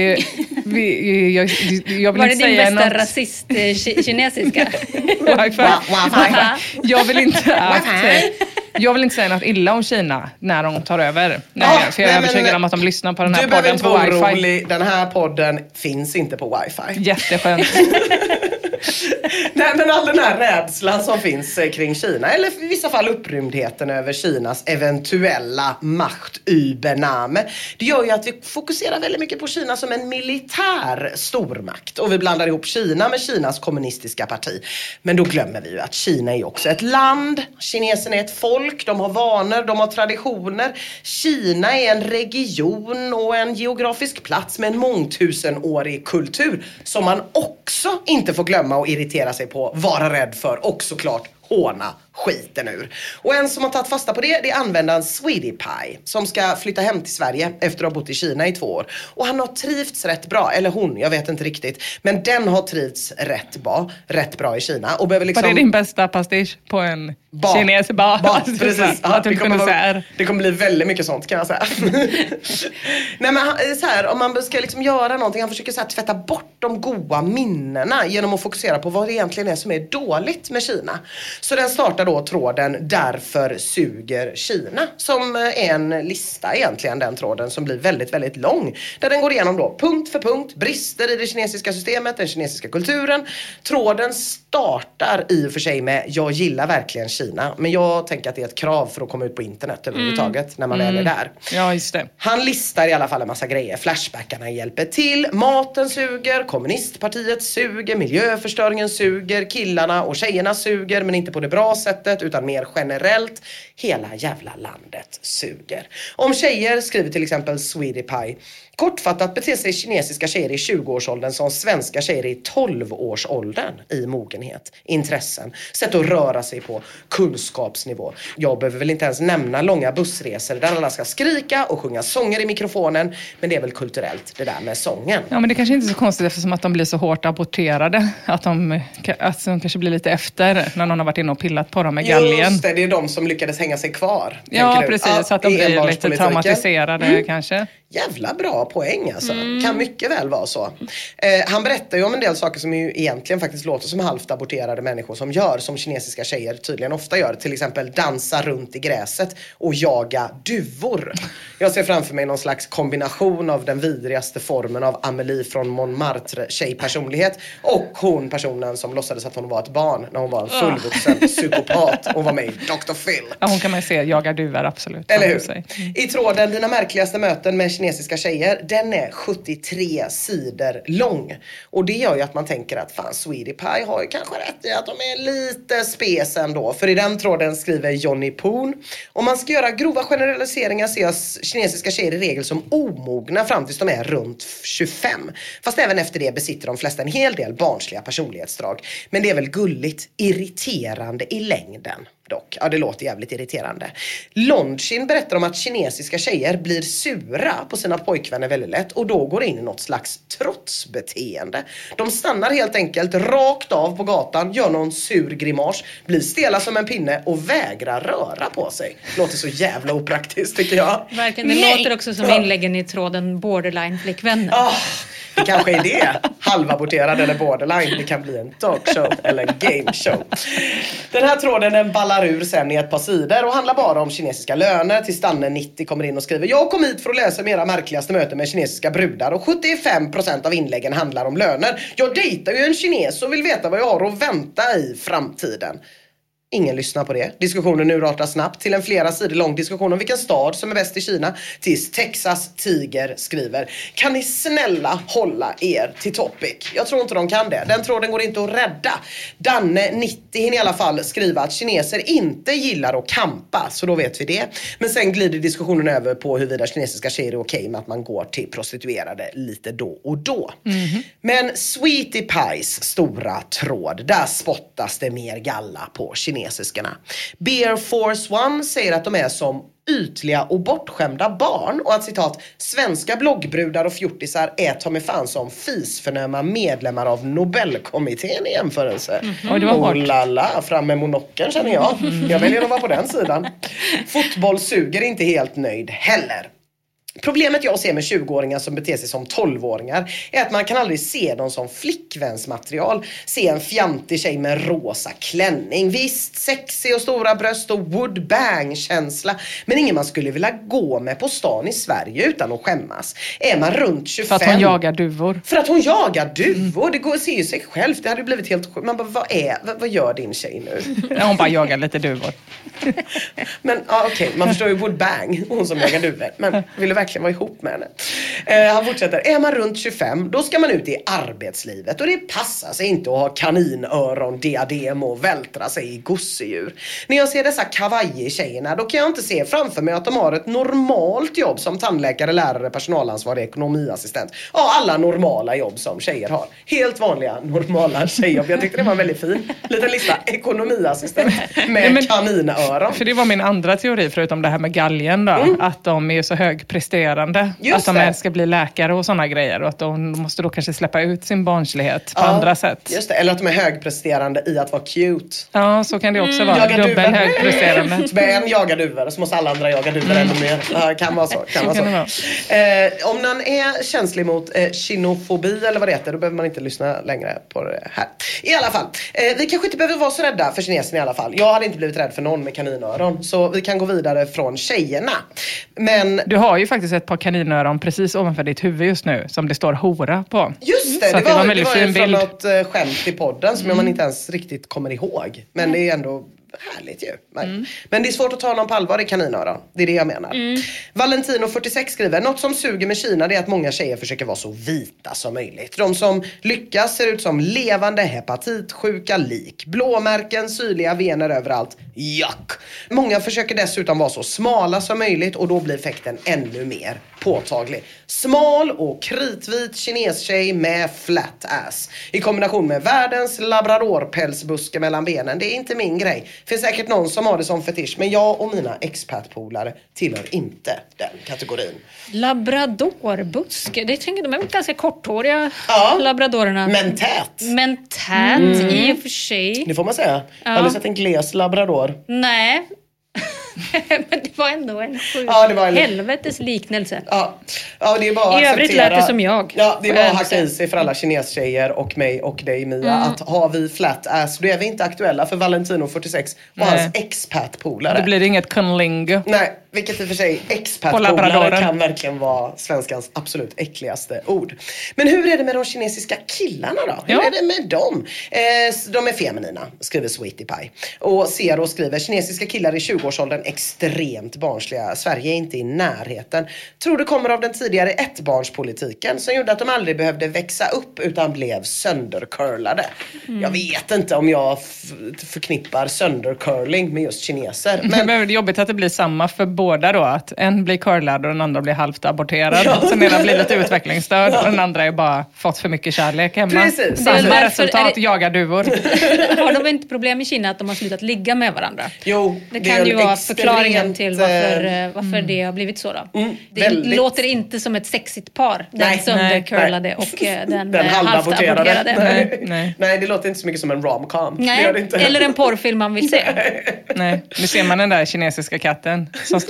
vill var det inte din säga bästa något... rasist kinesiska? Wi-Fi. Jag vill inte säga något illa om Kina när de tar över. För jag är övertygad om att de lyssnar på den här podden på Wi-Fi. Du behöver inte vara orolig, den här podden finns inte på Wi-Fi. Jätteskönt. Nej, men all den här rädslan som finns kring Kina, eller i vissa fall upprymdheten över Kinas eventuella machtübernahme, det gör ju att vi fokuserar väldigt mycket på Kina som en militär stormakt. Och vi blandar ihop Kina med Kinas kommunistiska parti. Men då glömmer vi ju att Kina är också ett land. Kineserna är ett folk, de har vanor, de har traditioner. Kina är en region och en geografisk plats med en mångtusenårig kultur som man också inte får glömma och irritera sig på, vara rädd för och såklart håna skiten ur. Och en som har tagit fasta på det är användaren Sweetie Pie som ska flytta hem till Sverige efter att ha bott i Kina i 2 år. Och han har trivts rätt bra, eller hon, jag vet inte riktigt, men den har trivts rätt bra i Kina och behöver liksom... Var det din bästa pastisch på en kines bar? Precis. Ja, det kommer bli väldigt mycket sånt, kan jag säga. Nej, men så här, om man ska liksom göra någonting, han försöker så här tvätta bort de goda minnena genom att fokusera på vad det egentligen är som är dåligt med Kina. Så den startar då tråden Därför suger Kina, som är en lista egentligen, den tråden, som blir väldigt, väldigt lång. Där den går igenom då punkt för punkt brister i det kinesiska systemet, den kinesiska kulturen. Tråden startar i och för sig med jag gillar verkligen Kina, men jag tänker att det är ett krav för att komma ut på internet överhuvudtaget när man väl är där. Ja, just det. Han listar i alla fall en massa grejer. Flashbackarna hjälper till, maten suger, kommunistpartiet suger, miljöförstöringen suger, killarna och tjejerna suger, men inte på det bra sättet utan mer generellt. Hela jävla landet suger. Om tjejer skriver till exempel Sweetie Pie: kortfattat beter sig kinesiska tjejer i 20-årsåldern som svenska tjejer i 12-årsåldern i mogenhet, intressen, sätt att röra sig på, kunskapsnivå. Jag behöver väl inte ens nämna långa bussresor där alla ska skrika och sjunga sånger i mikrofonen, men det är väl kulturellt det där med sången. Ja, men det kanske inte är så konstigt eftersom att de blir så hårt aborterade, att de kanske blir lite efter när någon har varit inne och pillat på dem med galgen. Just det är de som lyckades hänga sig kvar. Ja, precis, så att de blir lite traumatiserade kanske. Jävla bra poäng alltså. Kan mycket väl vara så. Han berättar ju om en del saker som ju egentligen faktiskt låter som halvt aborterade människor som gör, som kinesiska tjejer tydligen ofta gör. Till exempel dansa runt i gräset och jaga duvor. Jag ser framför mig någon slags kombination av den vidrigaste formen av Amelie från Montmartre tjejpersonlighet och hon personen som låtsades att hon var ett barn när hon var en fullvuxen psykopat och var med i Dr. Phil. Ja, hon kan man se, jaga duvor, absolut. Eller hur? I tråden Dina märkligaste möten med kinesiska tjejer, den är 73 sidor lång. Och det gör ju att man tänker att fan, Sweetie Pie har ju kanske rätt i att de är lite spes ändå. För i den tråden skriver Johnny Poon: om man ska göra grova generaliseringar ses kinesiska tjejer i regel som omogna fram tills de är runt 25. Fast även efter det besitter de flesta en hel del barnsliga personlighetsdrag. Men det är väl gulligt irriterande i längden dock. Ja, det låter jävligt irriterande. Longchin berättar om att kinesiska tjejer blir sura på sina pojkvänner väldigt lätt och då går in i något slags trotsbeteende. De stannar helt enkelt rakt av på gatan, gör någon sur grimas, blir stela som en pinne och vägrar röra på sig. Låter så jävla opraktiskt tycker jag. Verkligen, det låter också som inläggen i tråden borderline-flickvänner. Det kanske är det. Halvaborterad eller borderline. Det kan bli en talkshow eller en gameshow. Den här tråden den ballar ur sen i ett par sidor och handlar bara om kinesiska löner till Stanne 90 kommer in och skriver: jag kom hit för att läsa mera märkligaste möten med kinesiska brudar och 75% av inläggen handlar om löner. Jag dejtar ju en kines och vill veta vad jag har att vänta i framtiden. Ingen lyssnar på det. Diskussionen nu ratar snabbt till en flera sidor lång diskussion om vilken stad som är bäst i Kina. Tills Texas Tiger skriver: kan ni snälla hålla er till topic? Jag tror inte de kan det. Den tråden går inte att rädda. Danne 90 hinner i alla fall skriva att kineser inte gillar att kampa. Så då vet vi det. Men sen glider diskussionen över på huruvida kinesiska tjejer är okej med att man går till prostituerade lite då och då. Men Sweetie Pies stora tråd, där spottas det mer galla på kinesiskarna. Bear Force One säger att de är som ytliga och bortskämda barn och att citat svenska bloggbrudar och fjortisar är ta med fan som fisförnäma medlemmar av Nobelkommittén i jämförelse. Oh lala, fram med monokeln känner jag. Jag väljer att vara på den sidan. Fotboll suger inte helt nöjd heller. Problemet jag ser med 20-åringar som beter sig som 12-åringar är att man kan aldrig se dem som flickvänsmaterial. Se en fjantig tjej med rosa klänning. Visst, sexig och stora bröst och wood bang-känsla. Men ingen man skulle vilja gå med på stan i Sverige utan att skämmas. Är man runt 25... För att hon jagar duvor. För att hon jagar duvor. Det går att se ju sig själv. Det hade blivit helt... Man bara, vad gör din tjej nu? Hon bara jagar lite duvor. Men okej, man förstår ju wood bang. Hon som jagar duvor. Men vill verkligen vara ihop med henne. Han fortsätter. Är man runt 25, då ska man ut i arbetslivet. Och det passar sig inte att ha kaninöron, diadem och vältra sig i gosedjur. När jag ser dessa kawaii-tjejerna, då kan jag inte se framför mig att de har ett normalt jobb som tandläkare, lärare, personalansvarig, ekonomiassistent. Ja, alla normala jobb som tjejer har. Helt vanliga, normala tjejjobb. Jag tyckte det var en väldigt fin liten lista. Ekonomiassistent med kaninöron. För det var min andra teori, förutom det här med galgen då. Att de är så högpresterande. Just att de ska bli läkare och sådana grejer. Och att de måste då kanske släppa ut sin barnslighet på andra sätt. Just det, eller att de är högpresterande i att vara cute. Ja, så kan det också vara. Dubbel högpresterande. Så en jagar duvor så måste alla andra jaga duvor ännu mer. Kan vara så. Om man är känslig mot kinofobi eller vad det heter, då behöver man inte lyssna längre på det här. I alla fall, vi kanske inte behöver vara så rädda för kinesen i alla fall. Jag hade inte blivit rädd för någon med kaninöron. Så vi kan gå vidare från tjejerna. Men du har ju faktiskt ett par kaninöron precis ovanför ditt huvud just nu som det står hora på. Just det, det var ju från något skämt i podden som man inte ens riktigt kommer ihåg. Men det är ändå härligt ju. Men det är svårt att ta någon på allvar i kaninöron. Det är det jag menar. Valentino 46 skriver: något som suger med Kina det är att många tjejer försöker vara så vita som möjligt. De som lyckas ser ut som levande hepatitsjuka lik. Blåmärken, syrliga vener överallt. Jack! Många försöker dessutom vara så smala som möjligt och då blir effekten ännu mer påtaglig. Smal och kritvit kinestjej med flat ass. I kombination med världens labradorpälsbuske mellan benen. Det är inte min grej. Finns säkert någon som har det som fetisch, men jag och mina expatpolare tillhör inte den kategorin. Labradorbuske, det tänker de är ganska korthåriga labradorerna. Men tät. I och för sig. Det får man säga. Har du sett en gles labrador? Nej. Men det var ändå en helvetes liknelse. Ja, det är bara i övrigt lät det som jag. Ja, det är bara att hacka i sig för alla kinestjejer och mig och dig Mia. Att har vi flat ass, då är vi inte aktuella för Valentino 46 och hans expat-polare. Det blir inget kunling. Nej, vilket i och för sig expat-polare kan verkligen vara svenskans absolut äckligaste ord. Men hur är det med de kinesiska killarna då? Hur är det med dem? De är feminina, skriver Sweetie Pie. Och Zero skriver: kinesiska killar i 20-årsåldern extremt barnsliga. Sverige är inte i närheten. Tror det kommer av den tidigare ettbarnspolitiken som gjorde att de aldrig behövde växa upp utan blev söndercurlade. Jag vet inte om jag förknippar söndercurling med just kineser. Men det är jobbigt att det blir samma för båda då. Att en blir curlad och den andra blir halvt aborterad. Sen ena blir lite utvecklingsstörd och den andra är bara fått för mycket kärlek hemma. Precis. Samma resultat, jagar duvor. Har de inte problem i Kina att de har slutat ligga med varandra? Jo, det kan ju vara förklaringen till varför det har blivit så då. Det låter inte som ett sexigt par. Den söndercurlade och den halvt aborterade. Nej, det låter inte så mycket som en rom-com. Nej, eller en porrfilm man vill se. Nej, nu ser man den där kinesiska katten som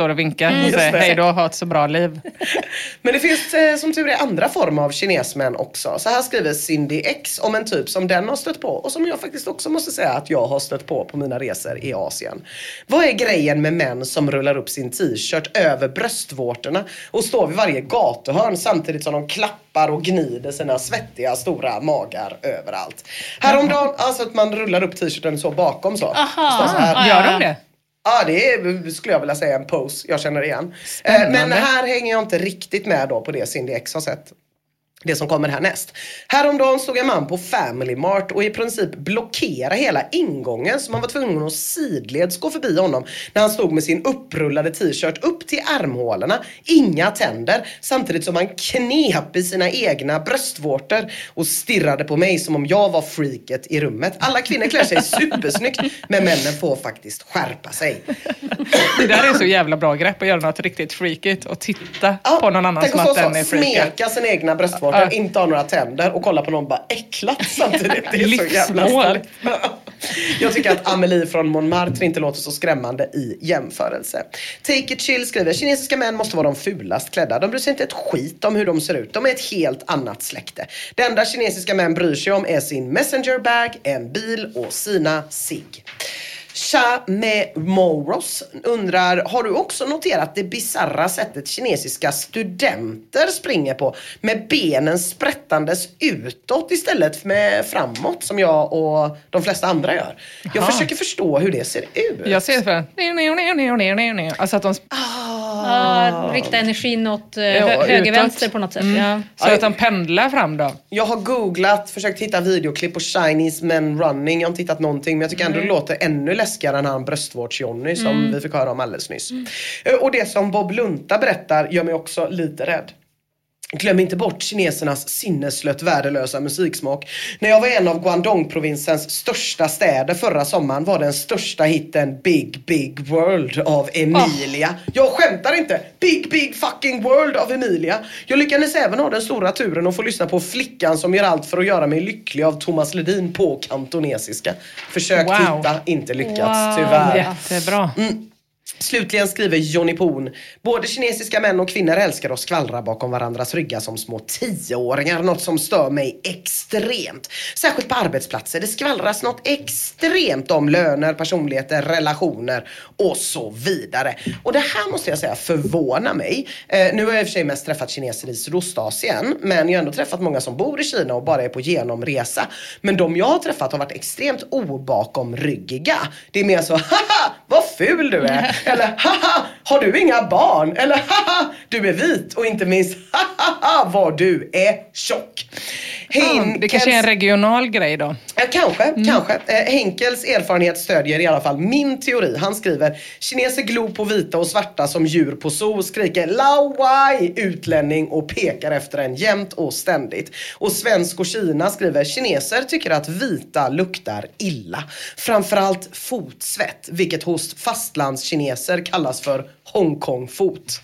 står och vinkar och säger hej då, ha ett så bra liv. Men det finns som tur är andra former av kinesmän också. Så här skriver Cindy X om en typ som den har stött på och som jag faktiskt också måste säga att jag har stött på mina resor i Asien. Vad är grejen med män som rullar upp sin t-shirt över bröstvårtorna och står vid varje gatuhörn samtidigt som de klappar och gnider sina svettiga stora magar överallt? Häromdagen, alltså att man rullar upp t-shirten så bakom så. Aha, så här. Gör de det? Ja, det är, skulle jag vilja säga, en pose jag känner igen. Men här hänger jag inte riktigt med då på det Cindy X har sett. Det som kommer härnäst. Häromdagen stod en man på Family Mart och i princip blockera hela ingången, så man var tvungen att sidleds gå förbi honom när han stod med sin upprullade t-shirt upp till armhålorna, inga tänder, samtidigt som han knep i sina egna bröstvårtor och stirrade på mig som om jag var freaket i rummet. Alla kvinnor klär sig supersnyggt, men männen får faktiskt skärpa sig. Det där är så jävla bra grepp att göra något riktigt freakigt och titta på någon annan som att den är freakig. Smeka sin egna bröstvårtor. Inte ha några tänder och kolla på någon bara äcklat samtidigt. Det är så jävla stort. Jag tycker att Amelie från Montmartre inte låter så skrämmande i jämförelse. Take it chill skriver: kinesiska män måste vara de fulast klädda. De bryr sig inte ett skit om hur de ser ut. De är ett helt annat släkte. Det enda kinesiska män bryr sig om är sin messenger bag, en bil och sina cigg. Cha med Moros undrar: har du också noterat det bizarra sättet kinesiska studenter springer på, med benen sprättandes utåt istället med framåt, som jag och de flesta andra gör? Jag försöker förstå hur det ser ut. Jag ser för alltså att de rikta energin åt höger-vänster på något sätt. Så att de pendlar fram då. Jag har googlat, försökt hitta videoklipp på Chinese men running. Jag har inte hittat någonting, men jag tycker ändå det låter ännu läskigare än han bröstvårds-Johnny som vi fick höra om alldeles nyss. Och det som Bob Lunta berättar gör mig också lite rädd. Glöm inte bort kinesernas sinneslött värdelösa musiksmak. När jag var en av Guangdong-provinsens största städer förra sommaren var den största hitten Big Big World av Emilia. Jag skämtar inte. Big Big fucking World av Emilia. Jag lyckades även ha den stora turen att få lyssna på Flickan som gör allt för att göra mig lycklig av Thomas Ledin på kantonesiska. Försök titta, inte lyckats, tyvärr. Jättebra. Slutligen skriver Johnny Poon: både kinesiska män och kvinnor älskar att skvallra bakom varandras ryggar som små 10-åringar. Något som stör mig extremt. Särskilt på arbetsplatser. Det skvallras något extremt om löner, personligheter, relationer och så vidare. Och det här måste jag säga förvånar mig. Nu har jag i och för sig mest träffat kineser i Sydostasien, men jag har ändå träffat många som bor i Kina och bara är på genomresa. Men de jag har träffat har varit extremt obakomryggiga. Det är mer så: haha, vad ful du är. Eller haha, har du inga barn? Eller haha, du är vit. Och inte minst haha, vad du är tjock. Det kanske är en regional grej då. Ja, kanske. Henkels erfarenhet stödjer i alla fall min teori. Han skriver: kineser glor på vita och svarta som djur på zoo, skriker lawai utlänning och pekar efter en jämt och ständigt. Och Svensk och Kina skriver: kineser tycker att vita luktar illa. Framförallt fotsvett, vilket hos fastlandskineser kallas för Hongkongfot.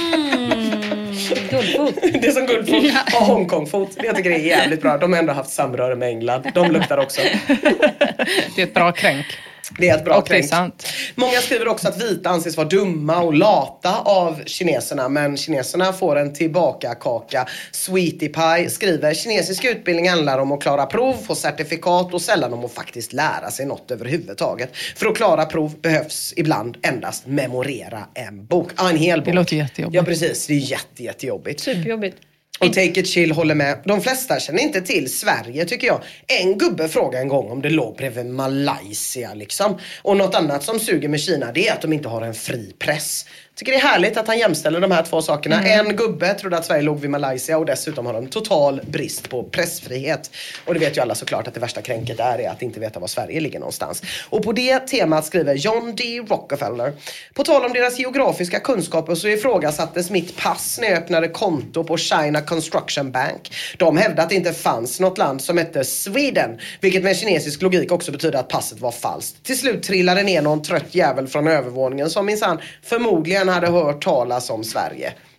Guldfot. Det är som guldfot och Hongkongfot. Jag tycker det är jävligt bra. De har ändå haft samröre med England. De luktar också. Det är ett bra kränk. Det är ett bra kränk. Det är sant. Många skriver också att vita anses vara dumma och lata av kineserna, men kineserna får en tillbaka-kaka. Sweetie Pie skriver: kinesisk utbildning handlar om att klara prov, få certifikat och sällan om att faktiskt lära sig något överhuvudtaget. För att klara prov behövs ibland endast memorera en bok. En hel bok. Det låter jättejobbigt. Ja, precis. Det är jättejobbigt. Superjobbigt. Och Take It Chill håller med. De flesta känner inte till Sverige, tycker jag. En gubbe frågade en gång om det låg bredvid Malaysia liksom. Och något annat som suger med Kina, det är att de inte har en fri press. Tycker det är härligt att han jämställer de här två sakerna. En gubbe trodde att Sverige låg vid Malaysia och dessutom har de total brist på pressfrihet. Och det vet ju alla såklart att det värsta kränket där är att inte veta var Sverige ligger någonstans. Och på det temat skriver John D. Rockefeller: på tal om deras geografiska kunskaper så ifrågasattes mitt pass när jag öppnade konto på China Construction Bank. De hävdade att det inte fanns något land som hette Sweden, vilket med kinesisk logik också betyder att passet var falskt. Till slut trillade ner någon trött jävel från övervåningen som minsann förmodligen hade hört talas om Sverige.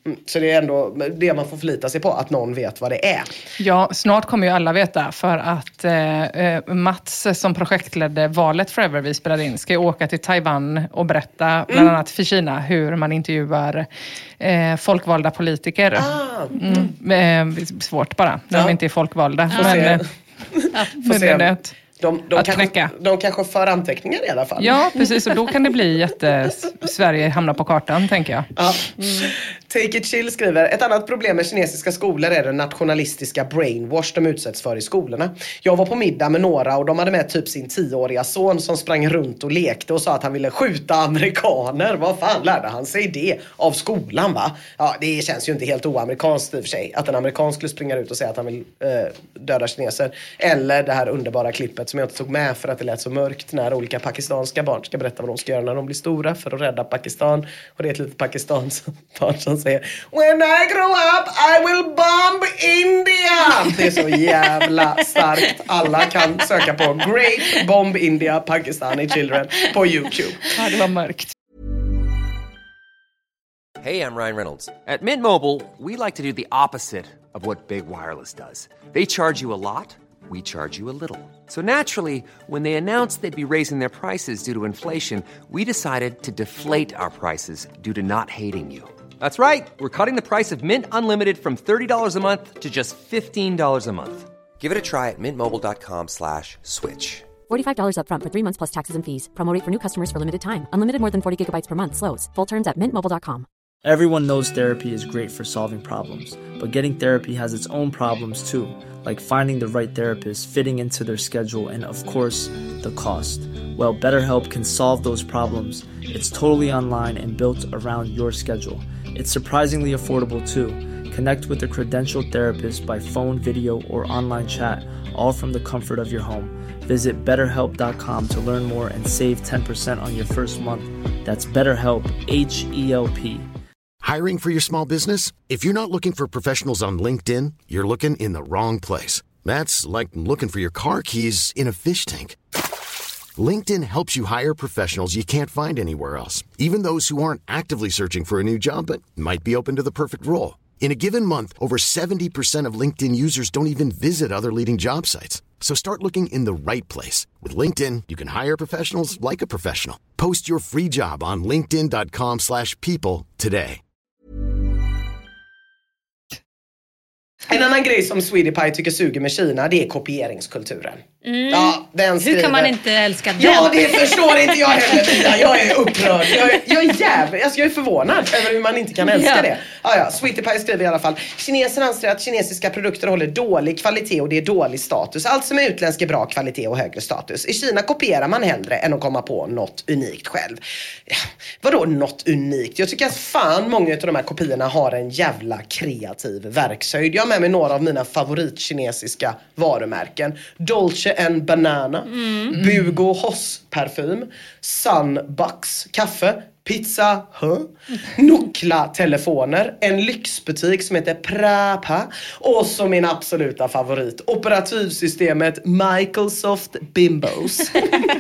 Så det är ändå det man får förlita sig på, att någon vet vad det är. Ja, snart kommer ju alla veta, för att Mats som projektledde Valet Forever vi spelade in ska ju åka till Taiwan och berätta bland annat för Kina hur man intervjuar folkvalda politiker. Svårt bara, när de inte är folkvalda. Får se. De kanske för anteckningar i alla fall. Ja, precis. Och då kan det bli Sverige hamnar på kartan, tänker jag. Ja. Take it chill skriver: ett annat problem med kinesiska skolor är den nationalistiska brainwash de utsätts för i skolorna. Jag var på middag med några och de hade med typ sin 10-åriga son som sprang runt och lekte och sa att han ville skjuta amerikaner. Vad fan lärde han sig det av skolan, va? Ja, det känns ju inte helt oamerikanskt i och för sig att en amerikan skulle springa ut och säga att han vill döda kineser. Eller det här underbara klippet som jag inte tog med för att det lät så mörkt, när olika pakistanska barn ska berätta vad de ska göra när de blir stora för att rädda Pakistan. Och det är ett litet pakistanskt barn som säger: When I grow up I will bomb India. Det är så jävla starkt. Alla kan söka på Great Bomb India Pakistani Children på YouTube. Ja, det var mörkt. Hey, I'm Ryan Reynolds. At Mint Mobile, we like to do the opposite of what Big Wireless does. They charge you a lot. We charge you a little. So naturally, when they announced they'd be raising their prices due to inflation, we decided to deflate our prices due to not hating you. That's right. We're cutting the price of Mint Unlimited from $30 a month to just $15 a month. Give it a try at mintmobile.com/switch. $45 up front for 3 months plus taxes and fees. Promo rate for new customers for limited time. Unlimited more than 40 gigabytes per month slows. Full terms at mintmobile.com. Everyone knows therapy is great for solving problems, but getting therapy has its own problems too, like finding the right therapist, fitting into their schedule, and of course, the cost. Well, BetterHelp can solve those problems. It's totally online and built around your schedule. It's surprisingly affordable too. Connect with a credentialed therapist by phone, video, or online chat, all from the comfort of your home. Visit BetterHelp.com to learn more and save 10% on your first month. That's BetterHelp, H-E-L-P. Hiring for your small business? If you're not looking for professionals on LinkedIn, you're looking in the wrong place. That's like looking for your car keys in a fish tank. LinkedIn helps you hire professionals you can't find anywhere else, even those who aren't actively searching for a new job but might be open to the perfect role. In a given month, over 70% of LinkedIn users don't even visit other leading job sites. So start looking in the right place. With LinkedIn, you can hire professionals like a professional. Post your free job on linkedin.com/people today. En annan grej som Sweetie tycker suger med Kina, det är kopieringskulturen. Ja, den skriver... Hur kan man inte älska den? Ja, det förstår inte jag heller. Jag är upprörd. Jag är jävligt, jag är förvånad över hur man inte kan älska det. Ja, Sweetie skriver i alla fall: kineser anser att kinesiska produkter håller dålig kvalitet och det är dålig status. Allt som är utländsk är bra kvalitet och högre status. I Kina kopierar man hellre än att komma på något unikt själv. Ja, vadå något unikt? Jag tycker att fan många av de här kopiorna har en jävla kreativ verkshöjd. Jag har med mig några av mina favoritkinesiska varumärken. Dolce & Banana, Bugo Hoss parfym, Sunbucks kaffe, Pizza Nukla telefoner, en lyxbutik som heter Prapa och så min absoluta favorit, operativsystemet Microsoft Bimbos.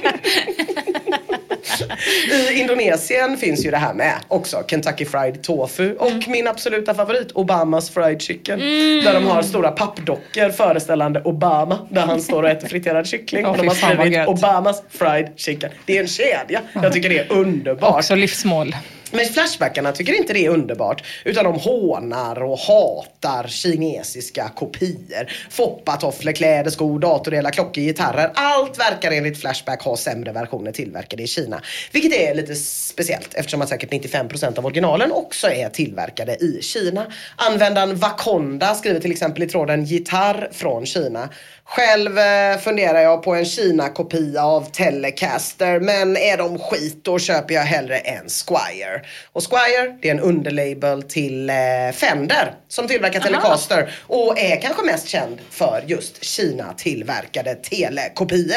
I Indonesien finns ju det här med också, Kentucky Fried Tofu och min absoluta favorit, Obamas Fried Chicken, där de har stora pappdockor föreställande Obama där han står och äter friterad kyckling och de har skrivit Obamas Fried Chicken. Det är en kedja. Jag tycker det är underbart. Också livsmål. Men Flashbackarna tycker inte det är underbart, utan de hånar och hatar kinesiska kopior. Foppatofflor, kläder, skor, datordelar, klockor, gitarrer. Allt verkar enligt Flashback ha sämre versioner tillverkade i Kina. Vilket är lite speciellt eftersom att säkert 95% av originalen också är tillverkade i Kina. Användaren Vakonda skriver till exempel i tråden gitarr från Kina. Själv funderar jag på en Kina-kopia av Telecaster, men är de skit då köper jag hellre en Squier. Och Squier, det är en underlabel till Fender som tillverkar Telecaster och är kanske mest känd för just Kina-tillverkade telekopior.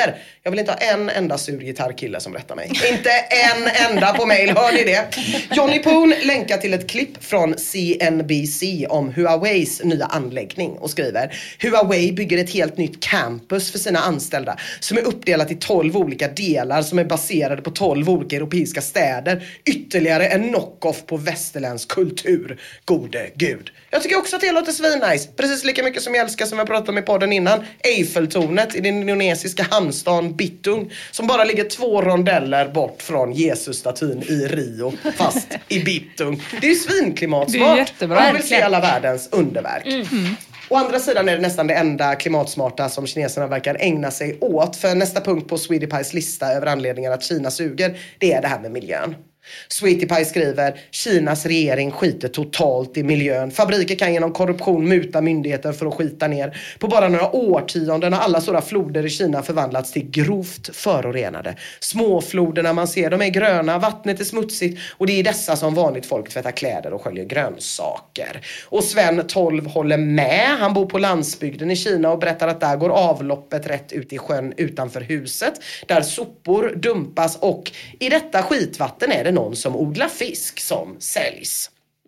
Jag vill inte ha en enda sur gitarrkille som rättar mig. Inte en enda på mail, hör ni det? Johnny Poon länkar till ett klipp från CNBC om Huaweis nya anläggning och skriver: Huawei bygger ett helt nytt campus för sina anställda som är uppdelat i 12 olika delar som är baserade på 12 olika europeiska städer. Ytterligare en knock-off på västerländsk kultur. Gode gud. Jag tycker också att det låter svinnice. Precis lika mycket som jag älskar, som jag pratade om i podden innan, Eiffeltornet i den indonesiska hamnstaden Bitung, som bara ligger 2 rondeller bort från Jesus-statyn i Rio, fast i Bitung. Det är ju svinklimatsmart. Det är jättebra. Man vill se alla världens underverk. Å andra sidan är det nästan det enda klimatsmarta som kineserna verkar ägna sig åt. För nästa punkt på Sweetie Pies lista över anledningar att Kina suger, det är det här med miljön. Sweetie Pie skriver: Kinas regering skiter totalt i miljön. Fabriker kan genom korruption muta myndigheter för att skita ner. På bara några årtionden har alla stora floder i Kina förvandlats till grovt förorenade. Småfloderna man ser, de är gröna, vattnet är smutsigt och det är dessa som vanligt folk tvättar kläder och sköljer grönsaker. Och Sven 12 håller med. Han bor på landsbygden i Kina och berättar att där går avloppet rätt ut i sjön utanför huset, där sopor dumpas, och i detta skitvatten är det någon som odlar fisk som säljs.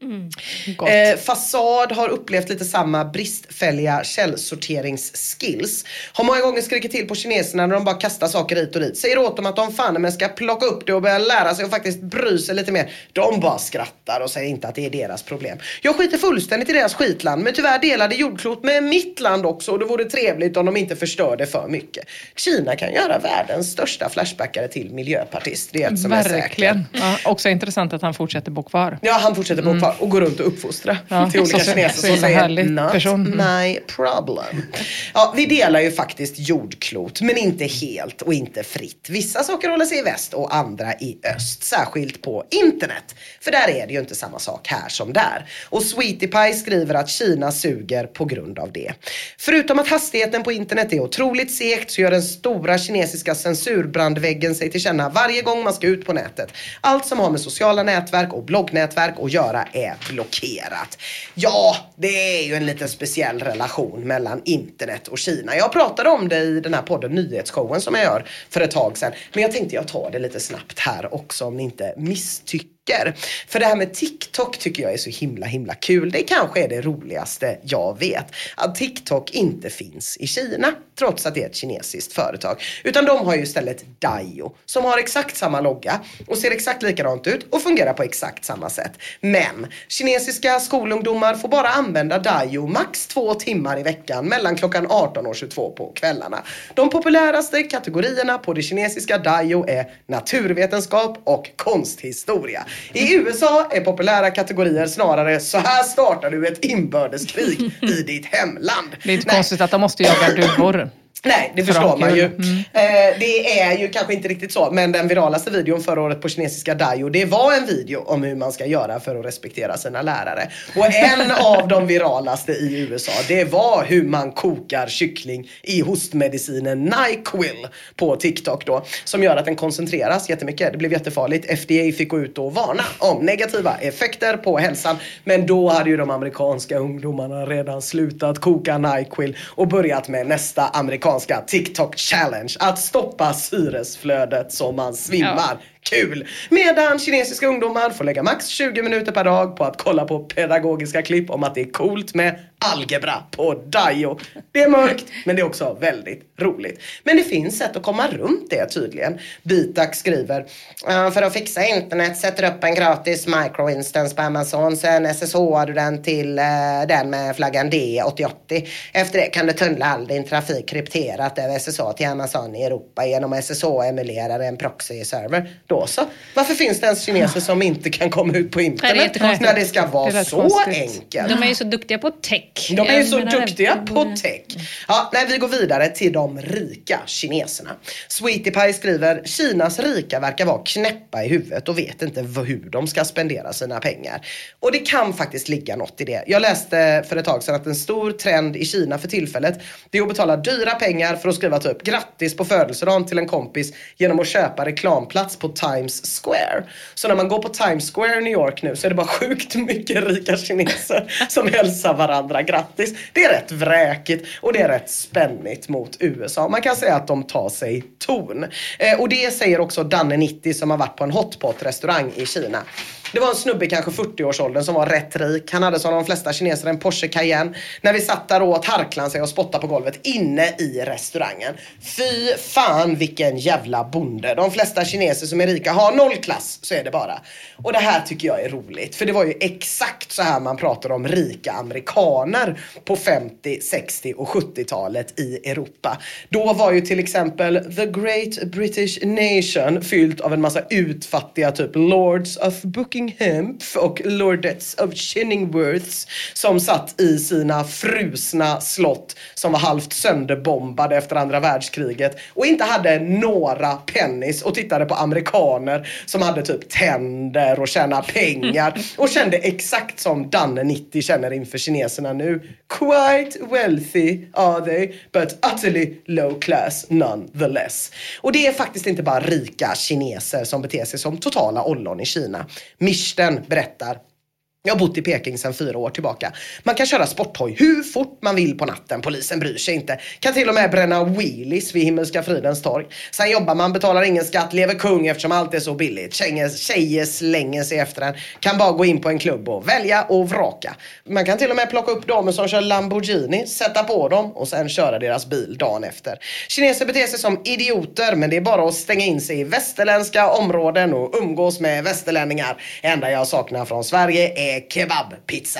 Fasad har upplevt lite samma bristfälliga källsorteringsskills. Har många gånger skrikit till på kineserna när de bara kastar saker hit och dit. Säger åt dem att de fan men ska plocka upp det och börja lära sig och faktiskt bry sig lite mer. De bara skrattar och säger inte att det är deras problem. Jag skiter fullständigt i deras skitland, men tyvärr delade jordklot med mitt land också, och det vore trevligt om de inte förstörde för mycket. Kina kan göra världens största flashbackare till miljöpartist. Det är ett som verkligen. är säkert. Ja, också intressant att han fortsätter bo kvar. Ja, han fortsätter bo kvar och går runt och uppfostra till olika kineser som säger not my problem. Ja, vi delar ju faktiskt jordklot, men inte helt och inte fritt. Vissa saker håller sig i väst och andra i öst, särskilt på internet. För där är det ju inte samma sak här som där. Och Sweetie Pie skriver att Kina suger på grund av det. Förutom att hastigheten på internet är otroligt segt, så gör den stora kinesiska censurbrandväggen sig till känna varje gång man ska ut på nätet. Allt som har med sociala nätverk och bloggnätverk att göra är blockerat. Ja, det är ju en liten speciell relation mellan internet och Kina. Jag pratade om det i den här podden Nyhetsshowen som jag gör för ett tag sedan. Men jag tänkte jag tar det lite snabbt här också om ni inte misstycker. För det här med TikTok tycker jag är så himla kul. Det kanske är det roligaste jag vet. Att TikTok inte finns i Kina, trots att det är ett kinesiskt företag. Utan de har ju istället Douyin, som har exakt samma logga och ser exakt likadant ut och fungerar på exakt samma sätt. Men kinesiska skolungdomar får bara använda Douyin max 2 timmar i veckan mellan klockan 18 och 22 på kvällarna. De populäraste kategorierna på det kinesiska Douyin är naturvetenskap och konsthistoria. I USA är populära kategorier snarare så här startar du ett inbördeskrig i ditt hemland. Det är inte konstigt att de måste jaga duvor. Nej, det förstår man ju. Det är ju kanske inte riktigt så, men den viralaste videon förra året på kinesiska Douyin, det var en video om hur man ska göra för att respektera sina lärare. Och en av de viralaste i USA, det var hur man kokar kyckling i hostmedicinen NyQuil på TikTok då, som gör att den koncentreras jättemycket. Det blev jättefarligt. FDA fick gå ut och varna om negativa effekter på hälsan, men då hade ju de amerikanska ungdomarna redan slutat koka NyQuil och börjat med nästa amerikanska TikTok challenge, att stoppa syresflödet som man svimmar. Ja. Kul! Medan kinesiska ungdomar får lägga max 20 minuter per dag på att kolla på pedagogiska klipp om att det är coolt med algebra på Douyin. Det är mörkt, men det är också väldigt roligt. Men det finns sätt att komma runt det tydligen. Bitak skriver: för att fixa internet sätter upp en gratis microinstance på Amazon. Sen SSH-ar du den till den med flaggan D8080. Efter det kan du tunnla all din trafik krypterat över SSH till Amazon i Europa genom att SSH-emulerar en proxy-server. Då så. Varför finns det ens kineser som inte kan komma ut på internet när det ska vara så enkelt? De är ju så duktiga på tech. De är ju så duktiga på tech. Ja, nej, vi går vidare till de rika kineserna. Sweetie Pie skriver: Kinas rika verkar vara knäppa i huvudet och vet inte hur de ska spendera sina pengar. Och det kan faktiskt ligga något i det. Jag läste för ett tag sedan att en stor trend i Kina för tillfället, det är att betala dyra pengar för att skriva typ grattis på födelsedagen till en kompis genom att köpa reklamplats på Times Square. Så när man går på Times Square i New York nu så är det bara sjukt mycket rika kineser som hälsar varandra grattis. Det är rätt vräkigt och det är rätt spännigt mot USA. Man kan säga att de tar sig ton. Och det säger också Danne 90 som har varit på en hotpot-restaurang i Kina. Det var en snubbe i kanske 40-årsåldern som var rätt rik. Han hade som de flesta kineser en Porsche Cayenne. När vi satt där åt harklade sig och spottade på golvet inne i restaurangen. Fy fan vilken jävla bonde. De flesta kineser som är rika har 0 klass, så är det bara. Och det här tycker jag är roligt. För det var ju exakt så här man pratar om rika amerikaner på 50, 60 och 70-talet i Europa. Då var ju till exempel The Great British Nation fyllt av en massa utfattiga typ Lords of Buckingham och Lordettes of Chillingworths som satt i sina frusna slott som var halvt sönderbombade efter andra världskriget och inte hade några pennis och tittade på amerikaner som hade typ tänder och tjäna pengar och kände exakt som Danne 90 känner inför kineserna nu. Quite wealthy are they, but utterly low class nonetheless. Och det är faktiskt inte bara rika kineser som beter sig som totala ollon i Kina. Mishten berättar: jag har bott i Peking sedan 4 år tillbaka. Man kan köra sporthoj hur fort man vill på natten. Polisen bryr sig inte. Kan till och med bränna wheelies vid Himmelska fridens torg. Sen jobbar man, betalar ingen skatt, lever kung eftersom allt är så billigt. Tjejer slänger sig efter en. Kan bara gå in på en klubb och välja och vraka. Man kan till och med plocka upp dem som kör Lamborghini, sätta på dem och sen köra deras bil dagen efter. Kineser beter sig som idioter, men det är bara att stänga in sig i västerländska områden och umgås med västerlänningar. Enda jag saknar från Sverige är kebabpizza.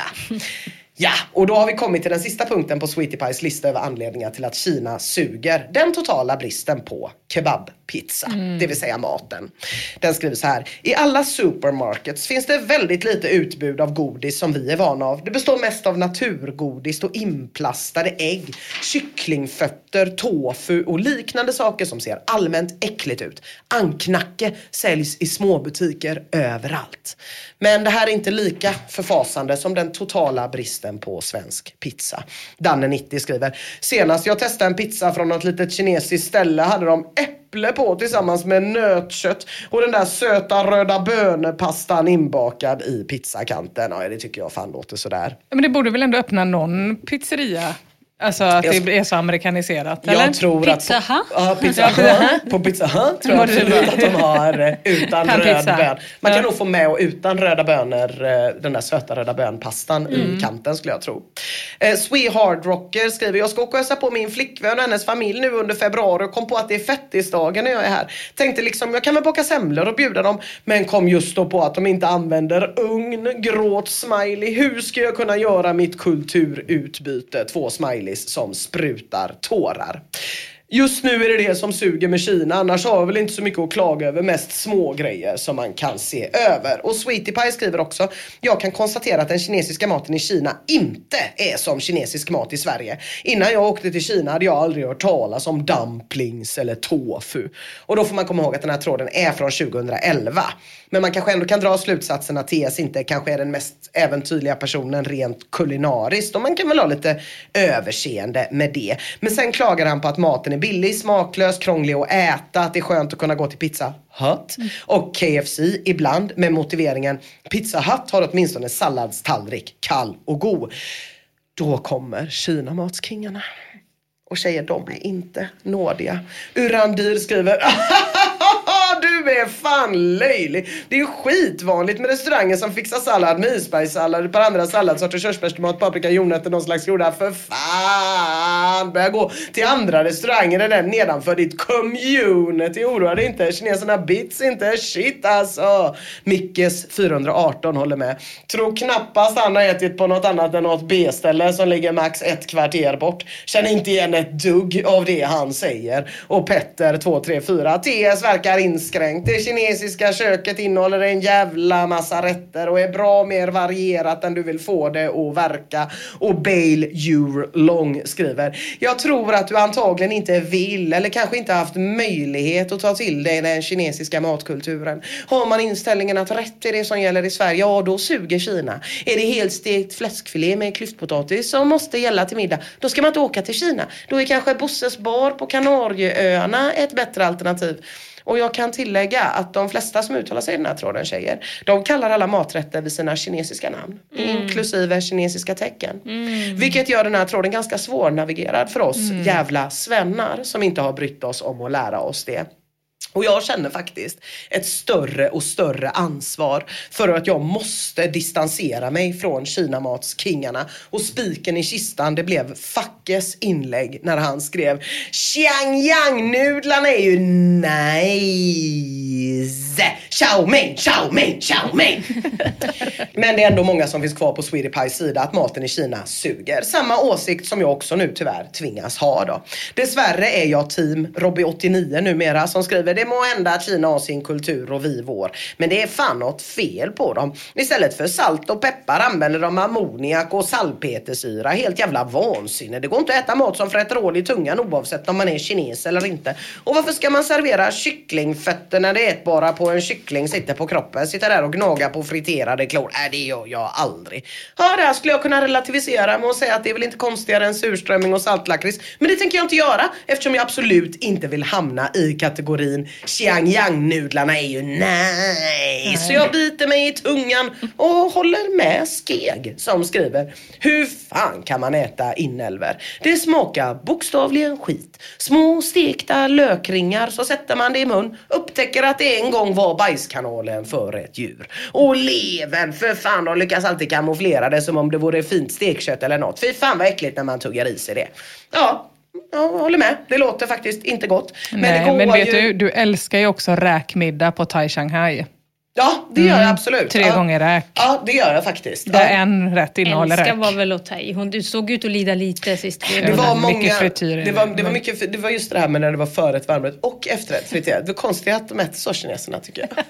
Ja, och då har vi kommit till den sista punkten på Sweetie Pies lista över anledningar till att Kina suger. Den totala bristen på kebabpizza, det vill säga maten. Den skriver så här: i alla supermarkets finns det väldigt lite utbud av godis som vi är vana av. Det består mest av naturgodis och inplastade ägg, kycklingfötter, tofu och liknande saker som ser allmänt äckligt ut. Anknacke säljs i småbutiker överallt. Men det här är inte lika förfasande som den totala bristen på svensk pizza. Danne 90 skriver: senast jag testade en pizza från något litet kinesiskt ställe hade de äpple på tillsammans med nötkött och den där söta röda bönepastan inbakad i pizzakanten. Ja, det tycker jag fan låter sådär. Men det borde väl ändå öppna någon pizzeria? Alltså att det är så amerikaniserat, eller? Jag tror Pizza att Pizza Hut. På Pizza Hut tror jag absolut att de har utan röd bön. Man kan nog få med och utan röda bönor den där söta röda bönpastan i kanten skulle jag tro. Sweet Hard Rocker skriver: jag ska åka och hälsa på min flickvän och hennes familj nu under februari och kom på att det är fettisdagen när jag är här. Tänkte liksom, jag kan väl baka semlor och bjuda dem, men kom just då på att de inte använder ugn. Gråt smiley. Hur ska jag kunna göra mitt kulturutbyte? 2 smileys som sprutar tårar. Just nu är det som suger med Kina. Annars har jag väl inte så mycket att klaga över. Mest små grejer som man kan se över. Och Sweetie Pie skriver också: jag kan konstatera att den kinesiska maten i Kina inte är som kinesisk mat i Sverige. Innan jag åkte till Kina hade jag aldrig hört talas om dumplings eller tofu. Och då får man komma ihåg att den här tråden är från 2011. Men man kanske ändå kan dra slutsatsen att TS inte kanske är den mest äventyrliga personen rent kulinariskt. Och man kan väl ha lite överseende med det. Men sen klagar han på att maten är billig, smaklös, krånglig att äta. Att det är skönt att kunna gå till Pizza Hut och KFC ibland med motiveringen: Pizza Hut har åtminstone salladstallrik, kall och god. Då kommer Kinamatskinggarna. Och tjejer, de är inte nådiga. Urandir skriver: du är fan löjlig. Det är ju skitvanligt med restauranger som fixar sallad med isbergssallad, ett par andra salladssorter, körsbärstomat, paprika, jordnötter, någon slags groda. För fan, börja gå till andra restauranger än den nedanför ditt community. Oroa dig inte, kineserna bits inte shit alltså. Mickes 418 håller med. Tror knappast han har ätit på något annat än något B-ställe som ligger max 1 kvarter bort. Känner inte igen ett dugg av det han säger. Och Petter 234: TS verkar inskränkt. Det kinesiska köket innehåller en jävla massa rätter och är bra mer varierat än du vill få det att verka. Och Bale Ur Long skriver: jag tror att du antagligen inte vill eller kanske inte haft möjlighet att ta till dig den kinesiska matkulturen. Har man inställningen att rätt är det som gäller i Sverige, ja då suger Kina. Är det helt stekt fläskfilé med klyftpotatis som måste gälla till middag, då ska man inte åka till Kina. Då är kanske Bosses bar på Kanarieöarna ett bättre alternativ. Och jag kan tillägga att de flesta som uttalar sig i den här tråden, tjejer, de kallar alla maträtter vid sina kinesiska namn. Inklusive kinesiska tecken. Vilket gör den här tråden ganska svårnavigerad för oss jävla svennar som inte har brytt oss om att lära oss det. Och jag känner faktiskt ett större och större ansvar för att jag måste distansera mig från Kinamatskinggarna. Och spiken i kistan, det blev Fackes inlägg när han skrev Xiangyang-nudlarna är ju nice. Chow mein, chow mein, chow mein. Men det är ändå många som finns kvar på Sweetie Pies sida att maten i Kina suger. Samma åsikt som jag också nu tyvärr tvingas ha då. Dessvärre är jag team Robbie89 numera som skriver det må hända att Kina har sin kultur och vi vår. Men det är fan något fel på dem. Istället för salt och peppar använder de ammoniak och salpetersyra. Helt jävla vansinne. Det går inte att äta mat som fräter hål i tungan oavsett om man är kines eller inte. Och varför ska man servera kycklingfötter när det är bara på en kyckling sitter på kroppen? Sitter där och gnagar på friterade klor. Det gör jag aldrig. Ja, det här skulle jag kunna relativisera med att säga att det är väl inte konstigare än surströmming och saltlakrits. Men det tänker jag inte göra eftersom jag absolut inte vill hamna i kategorin Xiangyang-nudlarna är ju nice. Så jag biter mig i tungan och håller med Skeg som skriver hur fan kan man äta inälver? Det smakar bokstavligen skit. Små stekta lökringar så sätter man det i mun. Upptäcker att det en gång var bajskanalen för ett djur. Och levern, för fan, de lyckas alltid kamouflera det som om det vore fint stekkött eller något. Fy fan vad äckligt när man tuggar i sig det. Ja, jag håller med. Det låter faktiskt inte gott. Men vet du älskar ju också räkmiddag på Thai Shanghai. Ja, det gör jag absolut. 3 gånger räk. Ja, det gör jag faktiskt. Det är en rätt innehåller räk. Älskar var väl att ta i. Du såg ut att lida lite sist. Det var många, mycket frityr. Det var just det här med när det var förrätt, varmrätt och efterrätt friterat. Det är konstigt att de äter så, kineserna tycker jag.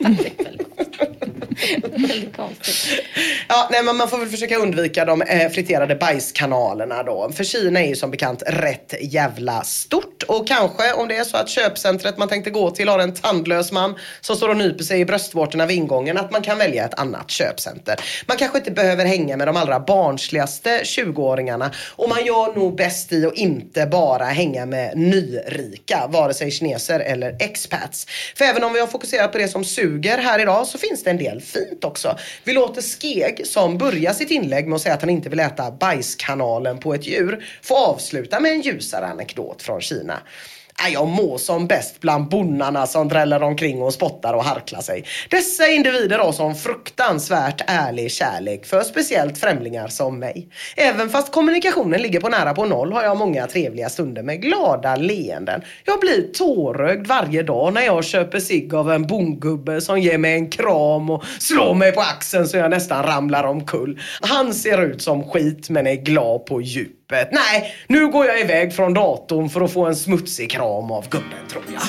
Väldigt konstigt. Ja, nej, men man får väl försöka undvika de friterade bajskanalerna då. För Kina är ju som bekant rätt jävla stort. Och kanske om det är så att köpcentret man tänkte gå till har en tandlös man som står och nyper sig i bröstvårtorna vid ingången, att man kan välja ett annat köpcenter. Man kanske inte behöver hänga med de allra barnsligaste 20-åringarna. Och man gör nog bäst i att inte bara hänga med nyrika, vare sig kineser eller expats. För även om vi har fokuserat på det som suger här idag så finns det en del fint också. Vi låter Skeg, som börjar sitt inlägg med att säga att han inte vill äta bajskanalen på ett djur, få avsluta med en ljusare anekdot från Kina. Jag mår som bäst bland bonnarna som dräller omkring och spottar och harklar sig. Dessa individer har som fruktansvärt ärlig kärlek för speciellt främlingar som mig. Även fast kommunikationen ligger på nära på noll har jag många trevliga stunder med glada leenden. Jag blir tårögd varje dag när jag köper cigg av en bondgubbe som ger mig en kram och slår mig på axeln så jag nästan ramlar omkull. Han ser ut som skit men är glad på djup. Nej, nu går jag iväg från datorn för att få en smutsig kram av gubben, tror jag.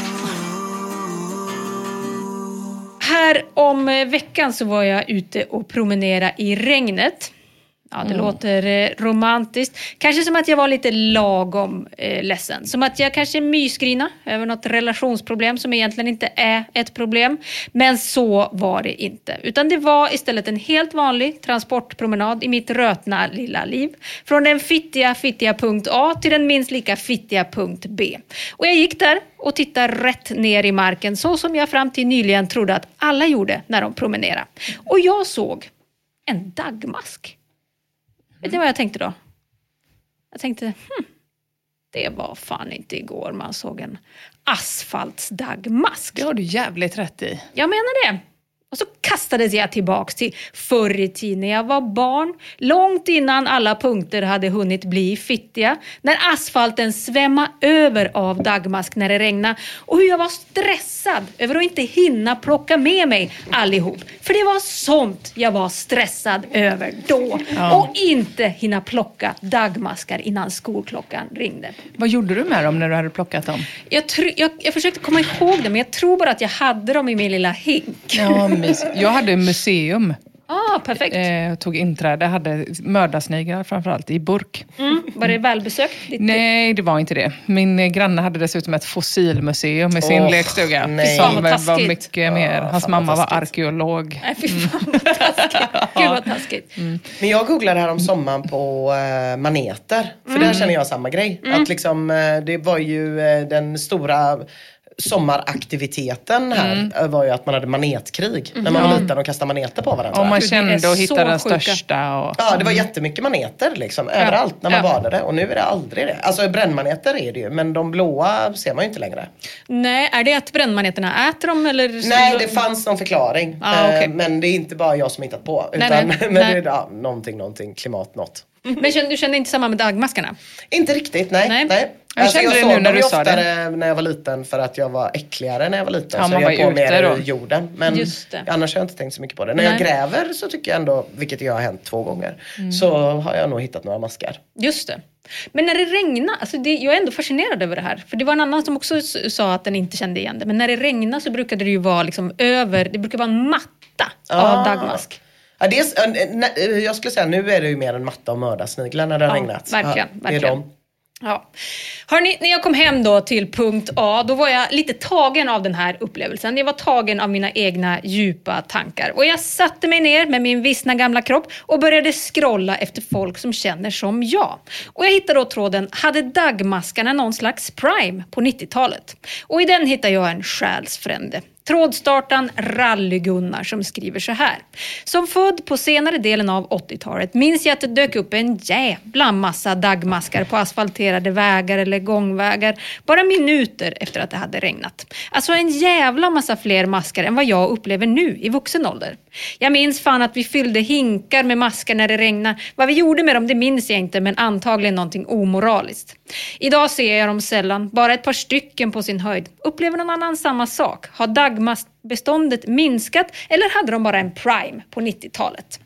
Här om veckan så var jag ute och promenera i regnet. Ja, det låter romantiskt. Kanske som att jag var lite lagom ledsen. Som att jag kanske mysgrina över något relationsproblem som egentligen inte är ett problem. Men så var det inte. Utan det var istället en helt vanlig transportpromenad i mitt rötna lilla liv. Från den fittiga punkt A till den minst lika fittiga punkt B. Och jag gick där och tittade rätt ner i marken. Så som jag fram till nyligen trodde att alla gjorde när de promenerade. Och jag såg en dagmask. Vet ni vad jag tänkte då? Jag tänkte, det var fan inte igår man såg en asfaltsdagmask. Det har du jävligt rätt i. Jag menar det. Och så kastades jag tillbaks till förr i tiden när jag var barn. Långt innan alla punkter hade hunnit bli fittiga. När asfalten svämmade över av dagmask när det regnade. Och hur jag var stressad över att inte hinna plocka med mig allihop. För det var sånt jag var stressad över då. Ja. Och inte hinna plocka dagmaskar innan skolklockan ringde. Vad gjorde du med dem när du hade plockat dem? Jag försökte komma ihåg dem. Men jag tror bara att jag hade dem i min lilla hink. Ja. Jag hade museum. Perfekt. Jag tog inträde. Jag hade mördarsniglar framförallt i burk. Var det välbesökt? Nej, det var inte det. Min granne hade dessutom ett fossilmuseum i sin lekstuga. Nej. Som var mycket mer. Hans mamma var arkeolog. Nej, fy fan vad taskigt. Gud vad taskigt. Men jag googlade här om sommaren på maneter. För där känner jag samma grej. Att liksom, det var ju den stora sommaraktiviteten här var ju att man hade manetkrig. När man var liten och kastade maneter på varandra. Och man kände och hittade den största. Och... Ja, det var jättemycket maneter liksom. Överallt när man badade. Och nu är det aldrig det. Alltså brännmaneter är det ju. Men de blåa ser man ju inte längre. Nej, är det att brännmaneterna äter dem? Eller? Nej, det fanns någon förklaring. Okay. Men det är inte bara jag som hittat på. Utan men det är någonting, klimat, något. Men du kände inte samma med dagmaskarna? Inte riktigt, nej. Jag kände det nu när du sa det. När jag var liten för att jag var äckligare när jag var liten. Ja, så jag på mer i jorden. Men annars har jag inte tänkt så mycket på det. När jag gräver så tycker jag ändå, vilket jag har hänt 2 gånger, så har jag nog hittat några maskar. Just det. Men när det regnar, alltså jag är ändå fascinerad över det här. För det var en annan som också sa att den inte kände igen det. Men när det regnar så brukade det ju vara liksom det brukar vara en matta av dagmask. Ja, jag skulle säga nu är det ju mer en matta och mördarsniglar när det har regnat. Verkligen. Det är de. Ja. Hörrni, när jag kom hem då till punkt A, då var jag lite tagen av den här upplevelsen. Jag var tagen av mina egna djupa tankar. Och jag satte mig ner med min vissna gamla kropp och började scrolla efter folk som känner som jag. Och jag hittade då tråden, hade dagmaskarna någon slags prime på 90-talet? Och i den hittade jag en själsfrände. Trådstartan Rally-Gunnar som skriver så här. Som född på senare delen av 80-talet minns jag att det dök upp en jävla massa dagmaskar på asfalterade vägar eller gångvägar bara minuter efter att det hade regnat. Alltså en jävla massa fler maskar än vad jag upplever nu i vuxen ålder. Jag minns fan att vi fyllde hinkar med maskar när det regnade. Vad vi gjorde med dem det minns jag inte, men antagligen någonting omoraliskt. Idag ser jag dem sällan, bara ett par stycken på sin höjd. Upplever någon annan samma sak? Har dagmaskbeståndet minskat eller hade de bara en prime på 90-talet?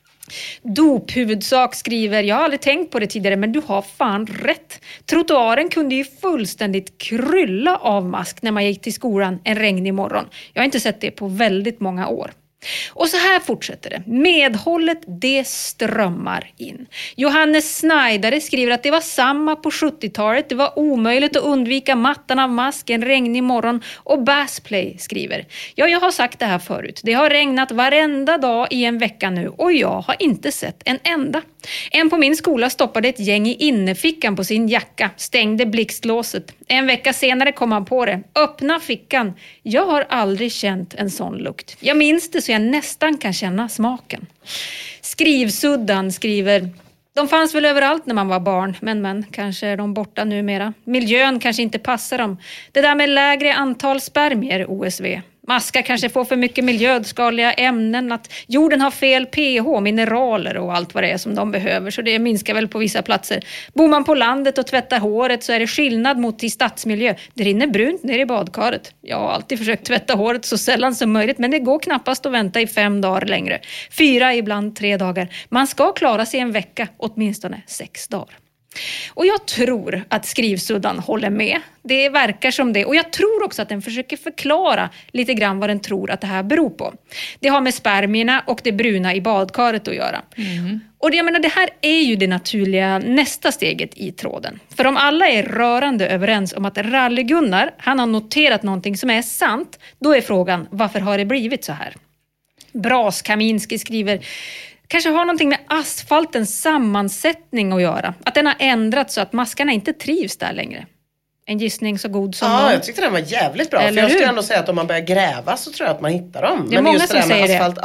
Dophuvudsak skriver, jag har aldrig tänkt på det tidigare men du har fan rätt. Trottoaren kunde ju fullständigt krylla av mask när man gick till skolan en regnig morgon. Jag har inte sett det på väldigt många år. Och så här fortsätter det. Medhållet det strömmar in. Johannes Snajdare skriver att det var samma på 70-talet. Det var omöjligt att undvika mattan av mask en regnig morgon. Och Bassplay skriver. Ja, jag har sagt det här förut. Det har regnat varenda dag i en vecka nu. Och jag har inte sett en enda. En på min skola stoppade ett gäng i innefickan på sin jacka. Stängde blixtlåset. En vecka senare kom han på det. Öppna fickan. Jag har aldrig känt en sån lukt. Jag minns det så jag nästan kan känna smaken. Skrivsuddan skriver. De fanns väl överallt när man var barn. Men kanske är de borta numera. Miljön kanske inte passar dem. Det där med lägre antal spermier, OSV. Maskar kanske får för mycket miljöskadliga ämnen, att jorden har fel pH, mineraler och allt vad det är som de behöver, så det minskar väl på vissa platser. Bor man på landet och tvättar håret så är det skillnad mot i stadsmiljö. Det rinner brunt ner i badkaret. Jag har alltid försökt tvätta håret så sällan som möjligt, men det går knappast att vänta i 5 dagar längre. 4, ibland 3 dagar. Man ska klara sig en vecka, åtminstone 6 dagar. Och jag tror att skrivsuddan håller med. Det verkar som det. Och jag tror också att den försöker förklara lite grann vad den tror att det här beror på. Det har med spermierna och det bruna i badkaret att göra. Och jag menar, det här är ju det naturliga nästa steget i tråden. För om alla är rörande överens om att Rally-Gunnar, han har noterat någonting som är sant, då är frågan, varför har det blivit så här? Bras Kaminski skriver, kanske har någonting med asfaltens sammansättning att göra. Att den har ändrats så att maskarna inte trivs där längre. En gissning så god som någon. Jag tyckte den var jävligt bra. Eller för jag skulle ändå säga att om man börjar gräva så tror jag att man hittar dem. Det är många som säger asfalt,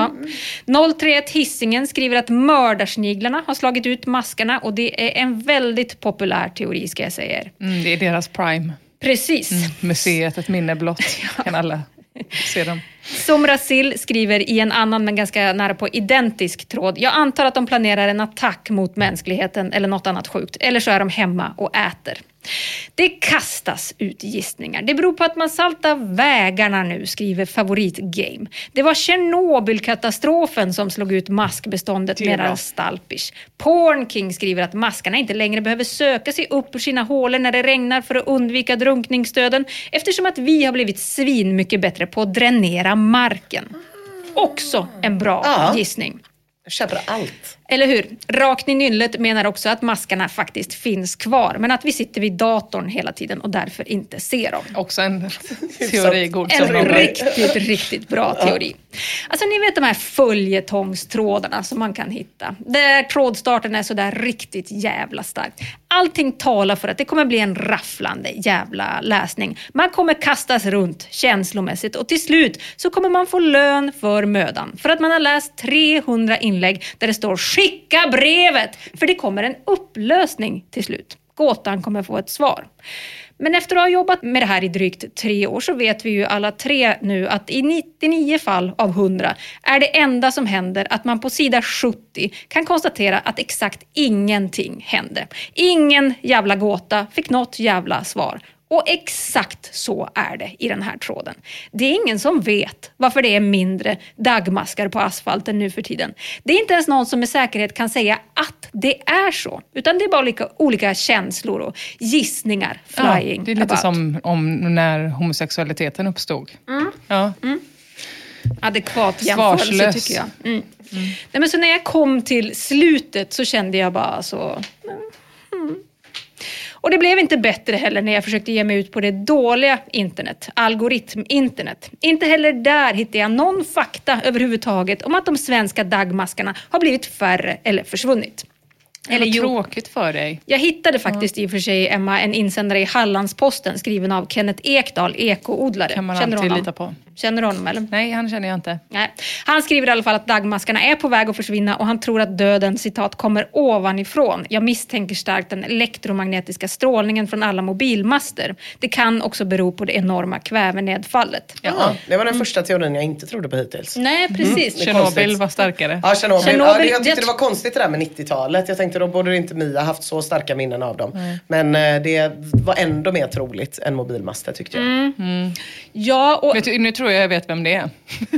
det. 031 Hisingen skriver att mördarsniglarna har slagit ut maskarna. Och det är en väldigt populär teori, ska jag säga. Det är deras prime. Precis. Museet, ett minne blott. Kan alla se dem. Somrasil skriver i en annan men ganska nära på identisk tråd. Jag antar att de planerar en attack mot mänskligheten eller något annat sjukt. Eller så är de hemma och äter. Det kastas ut gissningar. Det beror på att man saltar vägarna nu, skriver Favoritgame. Det var Tjernobylkatastrofen som slog ut maskbeståndet med Stalpish. Pornking skriver att maskarna inte längre behöver söka sig upp ur sina hålor när det regnar för att undvika drunkningsdöden, eftersom att vi har blivit svin mycket bättre på att dränera marken. Också en bra gissning. Jag köper allt. Eller hur? Rakt i nyllet menar också att maskarna faktiskt finns kvar, men att vi sitter vid datorn hela tiden och därför inte ser dem. Också en teori god. En riktigt bra teori. Alltså ni vet de här följetongstrådarna som man kan hitta. Där trådstarten är så där riktigt jävla starkt. Allting talar för att det kommer bli en rafflande jävla läsning. Man kommer kastas runt känslomässigt och till slut så kommer man få lön för mödan. För att man har läst 300 inlägg där det står skicka brevet. För det kommer en upplösning till slut. Gåtan kommer få ett svar. Men efter att ha jobbat med det här i drygt 3 år så vet vi ju alla 3 nu att i 99 fall av 100 är det enda som händer att man på sida 70 kan konstatera att exakt ingenting hände. Ingen jävla gåta fick något jävla svar. Och exakt så är det i den här tråden. Det är ingen som vet varför det är mindre dagmaskar på asfalten nu för tiden. Det är inte ens någon som med säkerhet kan säga att det är så. Utan det är bara olika känslor och gissningar flying det är lite about. som om när homosexualiteten uppstod. Adekvat jämförelse tycker jag. Nej, men så när jag kom till slutet så kände jag bara så... Och det blev inte bättre heller när jag försökte ge mig ut på det dåliga internet, algoritm-internet. Inte heller där hittade jag någon fakta överhuvudtaget om att de svenska dagmaskarna har blivit färre eller försvunnit. Eller tråkigt för dig. Jag hittade faktiskt i och för sig, Emma, en insändare i Hallandsposten skriven av Kenneth Ekdahl, ekoodlare. Kan man Känner alltid honom? lita på. Känner du honom eller? Nej, han känner jag inte. Nej. Han skriver i alla fall att dagmaskarna är på väg att försvinna och han tror att döden, citat, kommer ovanifrån. Jag misstänker starkt den elektromagnetiska strålningen från alla mobilmaster. Det kan också bero på det enorma kvävenedfallet. Ja, det var den första teorin jag inte trodde på hittills. Nej, precis. Tjernobyl var starkare. Ja, Tjernobyl. Ja, jag tyckte det var konstigt det där med 90-talet. Jag tänkte då borde inte Mia haft så starka minnen av dem. Men det var ändå mer troligt än mobilmaster tyckte jag. Ja, och... Nu tror jag vet vem det är.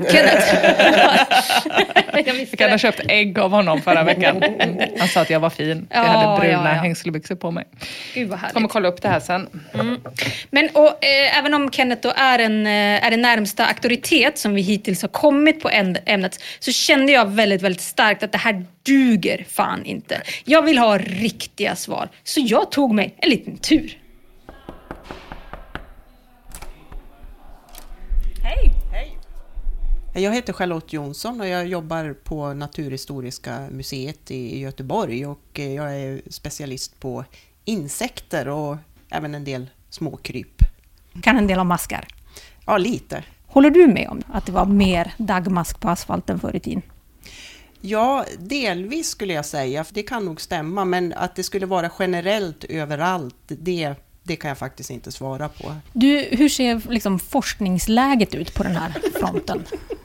Jag kan ha köpt ägg av honom förra veckan. Han sa att jag var fin. Jag hade bruna hängslebyxor på mig. Gud vad härligt. Kommer kolla upp det här sen. Men även om Kenneth då är den närmsta auktoritet som vi hittills har kommit på ämnet, så kände jag väldigt, väldigt starkt att det här duger fan inte. Jag vill ha riktiga svar. Så jag tog mig en liten tur. Hej! Jag heter Charlotte Jonsson och jag jobbar på Naturhistoriska museet i Göteborg och jag är specialist på insekter och även en del småkryp. Kan en del av maskar? Ja, lite. Håller du med om att det var mer dagmask på asfalten förr i tiden? Ja, delvis skulle jag säga. Det kan nog stämma, men att det skulle vara generellt överallt, det kan jag faktiskt inte svara på. Hur ser liksom forskningsläget ut på den här fronten?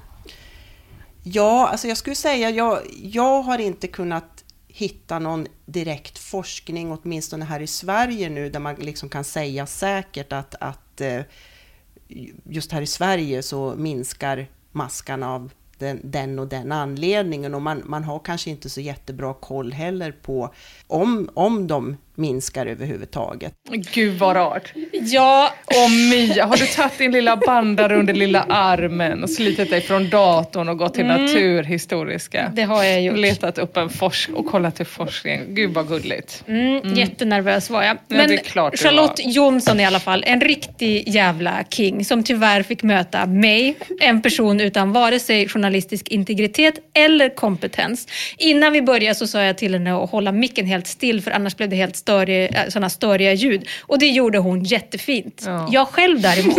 Ja, alltså jag skulle säga, jag har inte kunnat hitta någon direkt forskning, åtminstone här i Sverige nu, där man liksom kan säga säkert att just här i Sverige så minskar maskarna av den och den anledningen, och man har kanske inte så jättebra koll heller på om de minskar överhuvudtaget. Gud vad rart. Ja. Och Mia, har du tagit din lilla bandare under lilla armen och slitit dig från datorn och gått till Naturhistoriska? Det har jag gjort. Och letat upp och kollat till forskning. Gud vad gulligt. Jättenervös var jag. Men det är klart Charlotte Jonsson i alla fall, en riktig jävla king som tyvärr fick möta mig, en person utan vare sig journalistisk integritet eller kompetens. Innan vi började så sa jag till henne att hålla micken helt still, för annars blev det helt sådana störiga ljud. Och det gjorde hon jättefint. Ja. Jag själv däremot.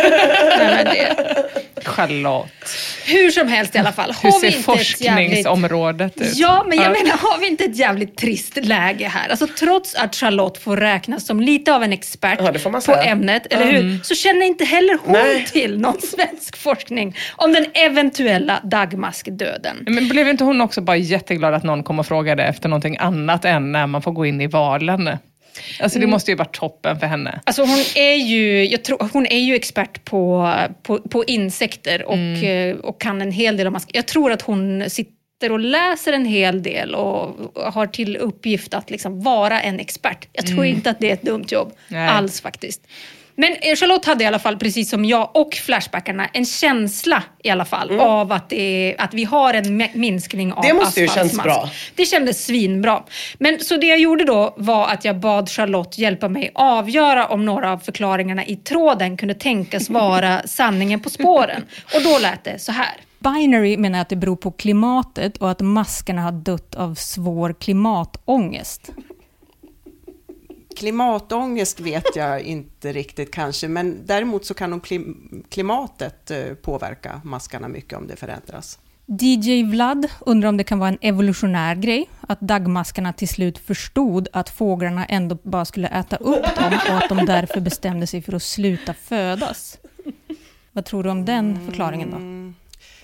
Charlotte. Hur som helst i alla fall. Hur ser forskningsområdet ut? Ja, men jag menar, har vi inte ett jävligt trist läge här? Alltså trots att Charlotte får räknas som lite av en expert på ämnet, eller hur? Så känner inte heller hon till någon svensk forskning om den eventuella dagmaskdöden. Men blev inte hon också bara jätteglad att någon kom och frågade efter någonting annat än när man får gå in i valen? Alltså det måste ju vara toppen för henne. Alltså hon är ju expert på insekter och kan en hel del om maskar. Jag tror att hon sitter och läser en hel del och har till uppgift att liksom vara en expert. Jag tror inte att det är ett dumt jobb alls faktiskt. Men Charlotte hade i alla fall, precis som jag och Flashbackarna, en känsla i alla fall av att vi har en minskning av det måste ju asfaltsmask. känns bra. Det kändes svinbra. Men så det jag gjorde då var att jag bad Charlotte hjälpa mig avgöra om några av förklaringarna i tråden kunde tänkas vara sanningen på spåren. Och då lät det så här. Binary menar att det beror på klimatet och att maskarna har dött av svår klimatångest. Klimatångest vet jag inte riktigt kanske, men däremot så kan nog klimatet påverka maskarna mycket om det förändras. DJ Vlad undrar om det kan vara en evolutionär grej, att dagmaskarna till slut förstod att fåglarna ändå bara skulle äta upp dem och att de därför bestämde sig för att sluta födas. Vad tror du om den förklaringen då?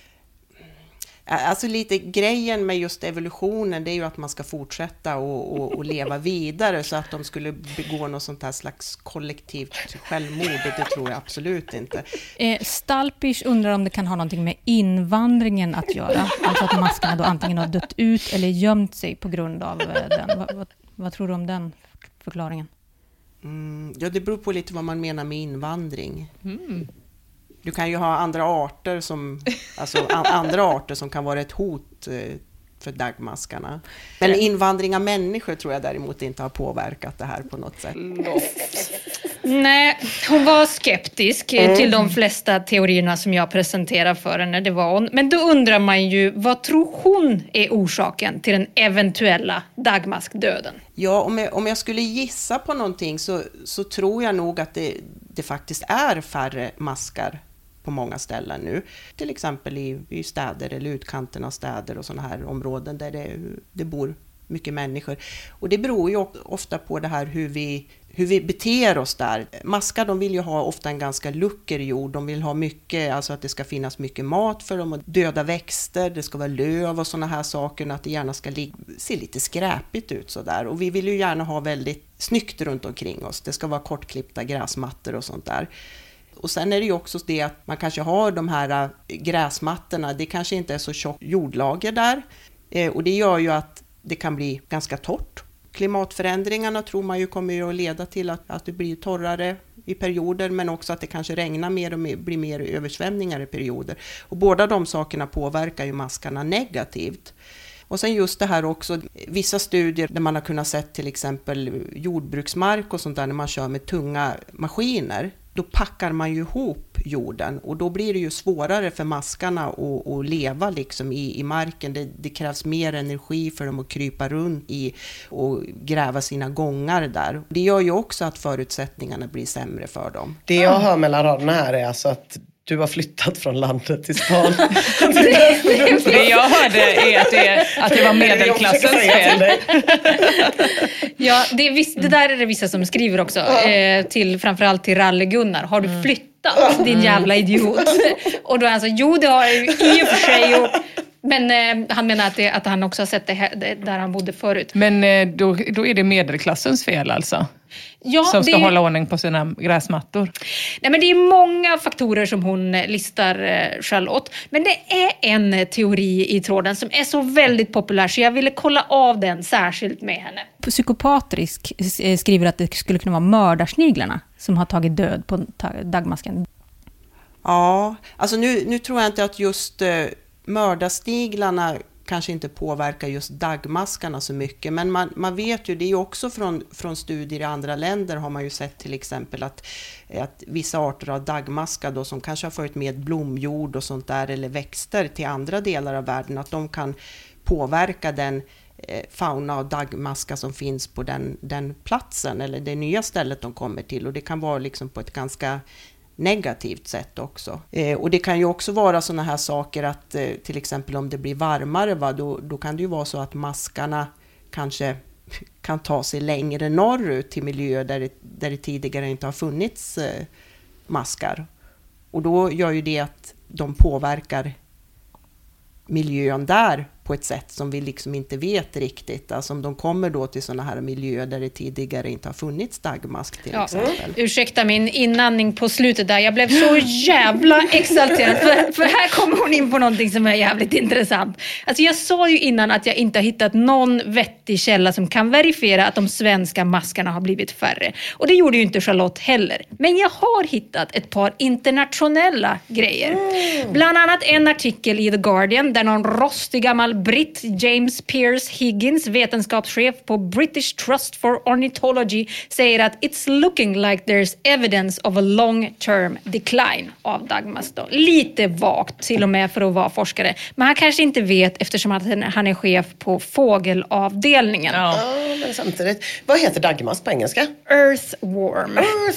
Alltså lite grejen med just evolutionen, det är ju att man ska fortsätta och leva vidare, så att de skulle begå något sånt här slags kollektivt självmord, det tror jag absolut inte. Stalpish undrar om det kan ha någonting med invandringen att göra, alltså att maskarna då antingen har dött ut eller gömt sig på grund av den. Vad tror du om den förklaringen? Ja, det beror på lite vad man menar med invandring. Du kan ju ha andra arter som kan vara ett hot för dagmaskarna. Men invandring av människor tror jag däremot inte har påverkat det här på något sätt. Nej, hon var skeptisk till de flesta teorierna som jag presenterade för henne, det var hon. Men då undrar man ju, vad tror hon är orsaken till den eventuella dagmaskdöden? Ja, om jag skulle gissa på någonting så tror jag nog att det faktiskt är färre maskar på många ställen nu. Till exempel i städer eller utkanten av städer och sådana här områden där det bor mycket människor. Och det beror ju ofta på det här hur vi beter oss där. Maskar, de vill ju ha ofta en ganska lucker jord. De vill ha mycket, alltså att det ska finnas mycket mat för dem och döda växter. Det ska vara löv och sådana här saker. Att det gärna ska se lite skräpigt ut sådär. Och vi vill ju gärna ha väldigt snyggt runt omkring oss. Det ska vara kortklippta gräsmattor och sånt där. Och sen är det ju också det att man kanske har de här gräsmattorna. Det kanske inte är så tjockt jordlager där. Och det gör ju att det kan bli ganska torrt. Klimatförändringarna tror man ju kommer ju att leda till att det blir torrare i perioder, men också att det kanske regnar mer och blir mer översvämningar i perioder. Och båda de sakerna påverkar ju maskarna negativt. Och sen just det här också, vissa studier där man har kunnat se till exempel jordbruksmark och sånt där, när man kör med tunga maskiner, då packar man ju ihop jorden och då blir det ju svårare för maskarna att leva liksom i marken. Det krävs mer energi för dem att krypa runt i och gräva sina gångar där. Det gör ju också att förutsättningarna blir sämre för dem. Det jag hör mellan raderna här är alltså att du har flyttat från landet till stan. Det jag hörde är att det var medelklassens fel. Ja, det där är det vissa som skriver också. Framförallt till Ralle-Gunnar. Har du flyttat, din jävla idiot? Och då är han så, jo det har jag ju i och för sig gjort. Men han menar att han också har sett det där han bodde förut. Men då är det medelklassens fel alltså? Ja, som ska hålla ordning på sina gräsmattor. Nej, men det är många faktorer som hon listar, Charlotte. Men det är en teori i tråden som är så väldigt populär så jag ville kolla av den särskilt med henne. Psykopatrisk skriver att det skulle kunna vara mördarsniglarna som har tagit död på dagmasken. Ja, alltså nu tror jag inte att just mördarsniglarna kanske inte påverkar just dagmaskarna så mycket, men man vet ju, det är ju också från studier i andra länder har man ju sett till exempel att vissa arter av dagmaskar då, som kanske har följt med blomjord och sånt där eller växter till andra delar av världen, att de kan påverka den fauna och dagmaskar som finns på den platsen eller det nya stället de kommer till, och det kan vara liksom på ett ganska negativt sätt också. Och det kan ju också vara såna här saker att till exempel om det blir varmare, då kan det ju vara så att maskarna kanske kan ta sig längre norrut till miljöer där det tidigare inte har funnits maskar. Och då gör ju det att de påverkar miljön där på ett sätt som vi liksom inte vet riktigt. Alltså om de kommer då till sådana här miljöer där det tidigare inte har funnits dagmask till exempel. Ursäkta min inandning på slutet där. Jag blev så jävla exalterad. För här kommer hon in på någonting som är jävligt intressant. Alltså jag sa ju innan att jag inte har hittat någon vettig källa som kan verifiera att de svenska maskarna har blivit färre. Och det gjorde ju inte Charlotte heller. Men jag har hittat ett par internationella grejer. Bland annat en artikel i The Guardian där någon rostig gammal britt, James Pierce Higgins, vetenskapschef på British Trust for Ornithology, säger att it's looking like there's evidence of a long-term decline av dagmask. Lite vagt till och med för att vara forskare. Men han kanske inte vet eftersom att han är chef på fågelavdelningen. Ja, men samtidigt. Vad heter dagmask på engelska? Earthworm.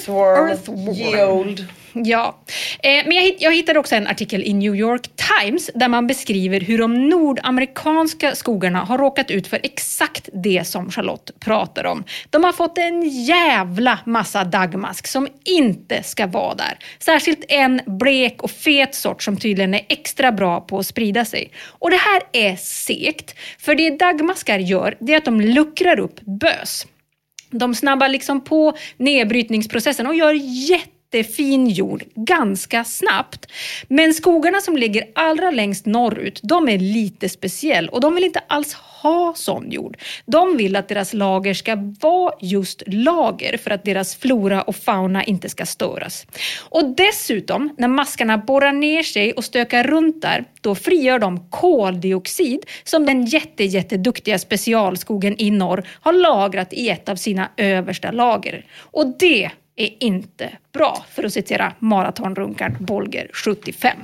Geold. Ja, men jag hittade också en artikel i New York Times där man beskriver hur de nordamerikanska skogarna har råkat ut för exakt det som Charlotte pratar om. De har fått en jävla massa dagmask som inte ska vara där. Särskilt en blek och fet sort som tydligen är extra bra på att sprida sig. Och det här är segt, för det dagmaskar gör det är att de luckrar upp bös. De snabbar liksom på nedbrytningsprocessen och gör jättefin jord ganska snabbt. Men skogarna som ligger allra längst norrut, de är lite speciell och de vill inte alls ha sån jord. De vill att deras lager ska vara just lager för att deras flora och fauna inte ska störas. Och dessutom, när maskarna borrar ner sig och stökar runt där, då frigör de koldioxid som den jätteduktiga specialskogen i norr har lagrat i ett av sina översta lager. Och det är inte bra, för att citera maratonrunkaren Bolger 75.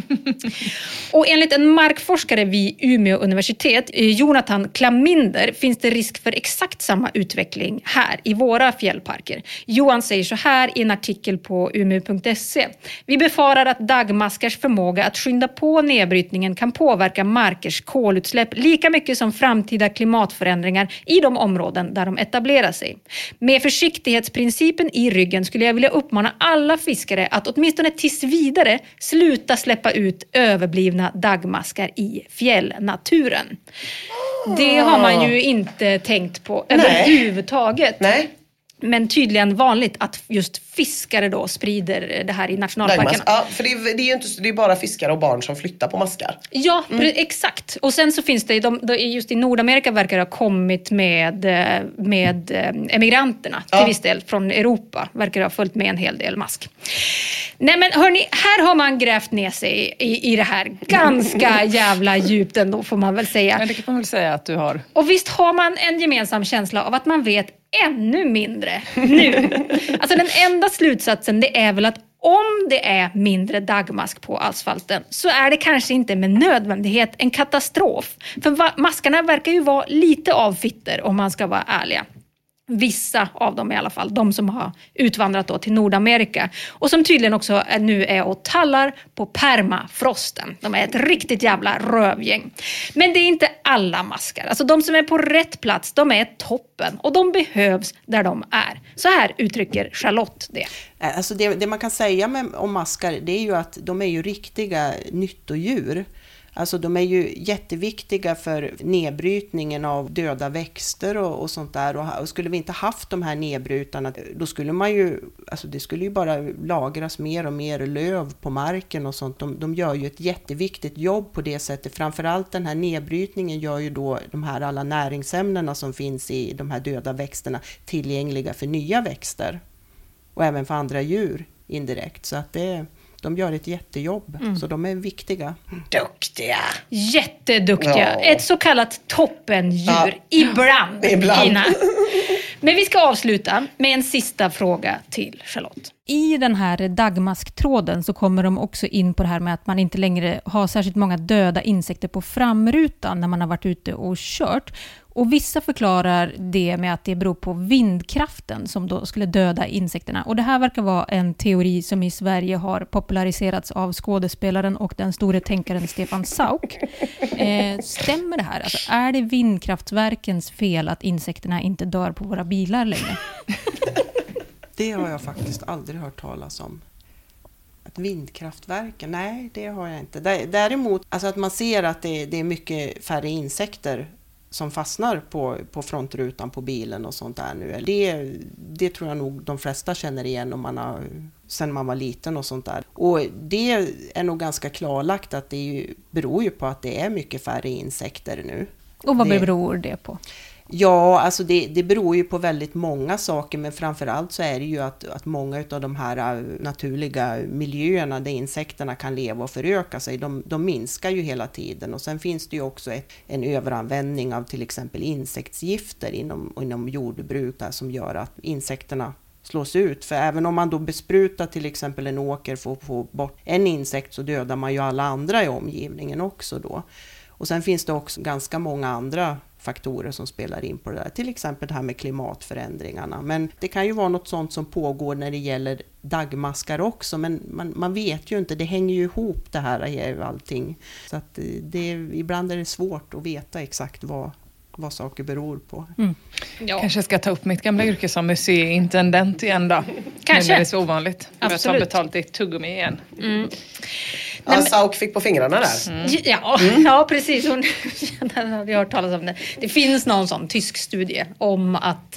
Och enligt en markforskare vid Umeå universitet, Jonathan Klaminder, finns det risk för exakt samma utveckling här i våra fjällparker. Johan säger så här i en artikel på umeå.se. Vi befarar att dagmaskars förmåga att skynda på nedbrytningen kan påverka markers kolutsläpp lika mycket som framtida klimatförändringar i de områden där de etablerar sig. Med försiktighetsprincipen i ryggen skulle jag vilja uppmana alla fiskare att åtminstone tills vidare sluta släppa ut överblivna dagmaskar i fjällnaturen. Det har man ju inte tänkt på överhuvudtaget. Nej. Men tydligen vanligt att just fiskare då sprider det här i nationalparkerna. Ja, för det är ju inte, det är bara fiskare och barn som flyttar på maskar. Ja, exakt. Och sen så finns det, just i Nordamerika verkar det ha kommit med emigranterna till viss del från Europa. Verkar ha följt med en hel del mask. Nej men hörni, här har man grävt ner sig i det här ganska jävla djupt ändå, får man väl säga. Ja, det kan man väl säga att du har. Och visst har man en gemensam känsla av att man vet ännu mindre nu. Alltså den enda slutsatsen, det är väl att om det är mindre dagmask på asfalten så är det kanske inte med nödvändighet en katastrof. För maskarna verkar ju vara lite avfitter om man ska vara ärliga. Vissa av dem i alla fall, de som har utvandrat då till Nordamerika och som tydligen också nu är och tallar på permafrosten. De är ett riktigt jävla rövgäng. Men det är inte alla maskar. Alltså de som är på rätt plats, de är toppen och de behövs där de är. Så här uttrycker Charlotte det. Alltså det man kan säga om maskar, det är ju att de är ju riktiga nyttodjur. Alltså de är ju jätteviktiga för nedbrytningen av döda växter och sånt där. Och skulle vi inte haft de här nedbrytarna, då skulle man ju, alltså det skulle ju bara lagras mer och mer löv på marken och sånt. De gör ju ett jätteviktigt jobb på det sättet. Framförallt den här nedbrytningen gör ju då de här alla näringsämnena som finns i de här döda växterna tillgängliga för nya växter. Och även för andra djur indirekt. Så att de gör ett jättejobb, så de är viktiga. Duktiga. Jätteduktiga. Ett så kallat toppendjur. Ibland. Ina. Men vi ska avsluta med en sista fråga till Charlotte. I den här dagmasktråden så kommer de också in på det här med att man inte längre har särskilt många döda insekter på framrutan när man har varit ute och kört. Och vissa förklarar det med att det beror på vindkraften som då skulle döda insekterna. Och det här verkar vara en teori som i Sverige har populariserats av skådespelaren och den store tänkaren Stefan Sauk. Stämmer det här? Alltså, är det vindkraftverkens fel att insekterna inte dör på våra bilar längre? Det har jag faktiskt aldrig hört talas om. Att vindkraftverken, nej det har jag inte. Däremot alltså att man ser att det är mycket färre insekter som fastnar på frontrutan på bilen och sånt där nu. Det tror jag nog de flesta känner igen sen man var liten och sånt där. Och det är nog ganska klarlagt att det beror ju på att det är mycket färre insekter nu. Och vad beror det på? Ja, alltså det beror ju på väldigt många saker, men framförallt så är det ju att många av de här naturliga miljöerna där insekterna kan leva och föröka sig, de minskar ju hela tiden. Och sen finns det ju också en överanvändning av till exempel insektsgifter inom jordbruk där, som gör att insekterna slås ut. För även om man då besprutar till exempel en åker för att få bort en insekt, så dödar man ju alla andra i omgivningen också då. Och sen finns det också ganska många andra faktorer som spelar in på det där. Till exempel det här med klimatförändringarna. Men det kan ju vara något sånt som pågår när det gäller dagmaskar också. Men man vet ju inte, det hänger ju ihop det här allting. Så att ibland är det svårt att veta exakt vad saker beror på. Mm. Ja. Kanske ska ta upp mitt gamla yrke som museiintendent igen då. Kanske. Men det är så ovanligt. Absolut. Jag tar betalt i tuggummi igen. Mm. Ja, Sauk fick på fingrarna där. Ja, precis. Jag hade hört talas om det. Det finns någon sån tysk studie om att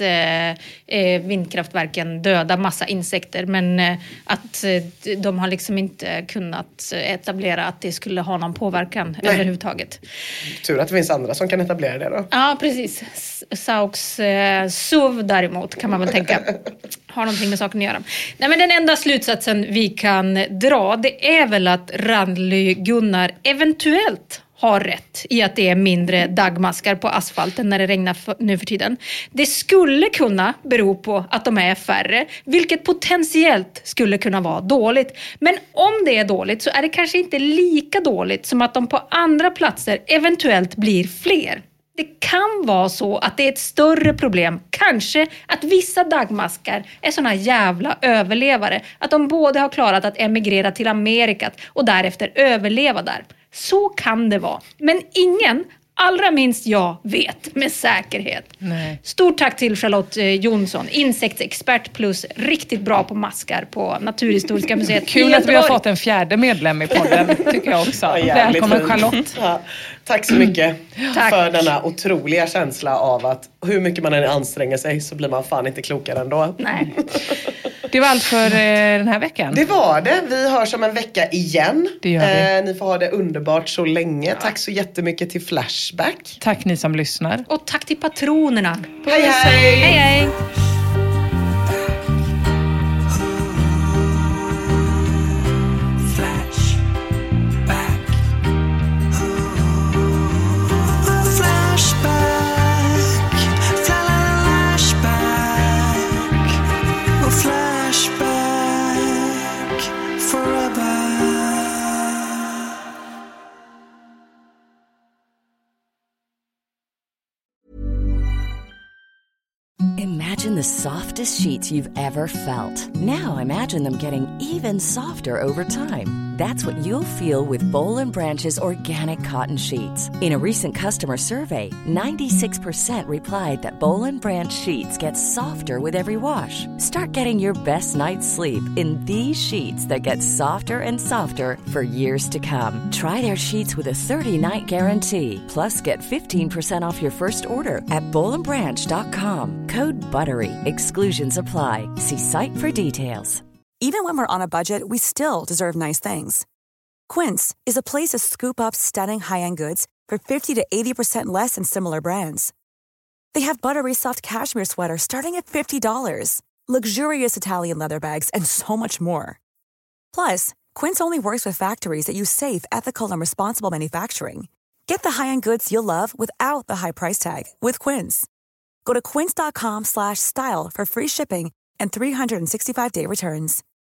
vindkraftverken dödar massa insekter, men att de har liksom inte kunnat etablera att det skulle ha någon påverkan överhuvudtaget. Tur att det finns andra som kan etablera det då. Ja, precis. Sauks SUV däremot kan man väl tänka har någonting med saken att göra. Nej, men den enda slutsatsen vi kan dra, det är väl att Randly Gunnar eventuellt har rätt i att det är mindre dagmaskar på asfalten när det regnar nu för tiden. Det skulle kunna bero på att de är färre, vilket potentiellt skulle kunna vara dåligt. Men om det är dåligt så är det kanske inte lika dåligt som att de på andra platser eventuellt blir fler. Det kan vara så att det är ett större problem. Kanske att vissa dagmaskar är såna jävla överlevare. Att de både har klarat att emigrera till Amerika och därefter överleva där. Så kan det vara. Men ingen, allra minst jag, vet med säkerhet. Nej. Stort tack till Charlotte Jonsson, insektsexpert plus riktigt bra på maskar på Naturhistoriska museet. Kul att vi har fått en fjärde medlem i podden, tycker jag också. Välkommen Charlotte. Ja, tack så mycket för denna otroliga känsla av att hur mycket man än anstränger sig så blir man fan inte klokare ändå. Nej. Det var allt för den här veckan. Det var det. Vi hörs om en vecka igen. Det gör vi. Ni får ha det underbart så länge. Tack så jättemycket till Flashback. Tack ni som lyssnar. Och tack till patronerna. Hej hej! Hej hej! Imagine the softest sheets you've ever felt. Now imagine them getting even softer over time. That's what you'll feel with Boll & Branch's organic cotton sheets. In a recent customer survey, 96% replied that Boll & Branch sheets get softer with every wash. Start getting your best night's sleep in these sheets that get softer and softer for years to come. Try their sheets with a 30-night guarantee. Plus, get 15% off your first order at bollandbranch.com. Code BUTTERY. Exclusions apply. See site for details. Even when we're on a budget, we still deserve nice things. Quince is a place to scoop up stunning high-end goods for 50 to 80% less than similar brands. They have buttery soft cashmere sweaters starting at $50, luxurious Italian leather bags, and so much more. Plus, Quince only works with factories that use safe, ethical, and responsible manufacturing. Get the high-end goods you'll love without the high price tag with Quince. Go to quince.com/style for free shipping and 365-day returns.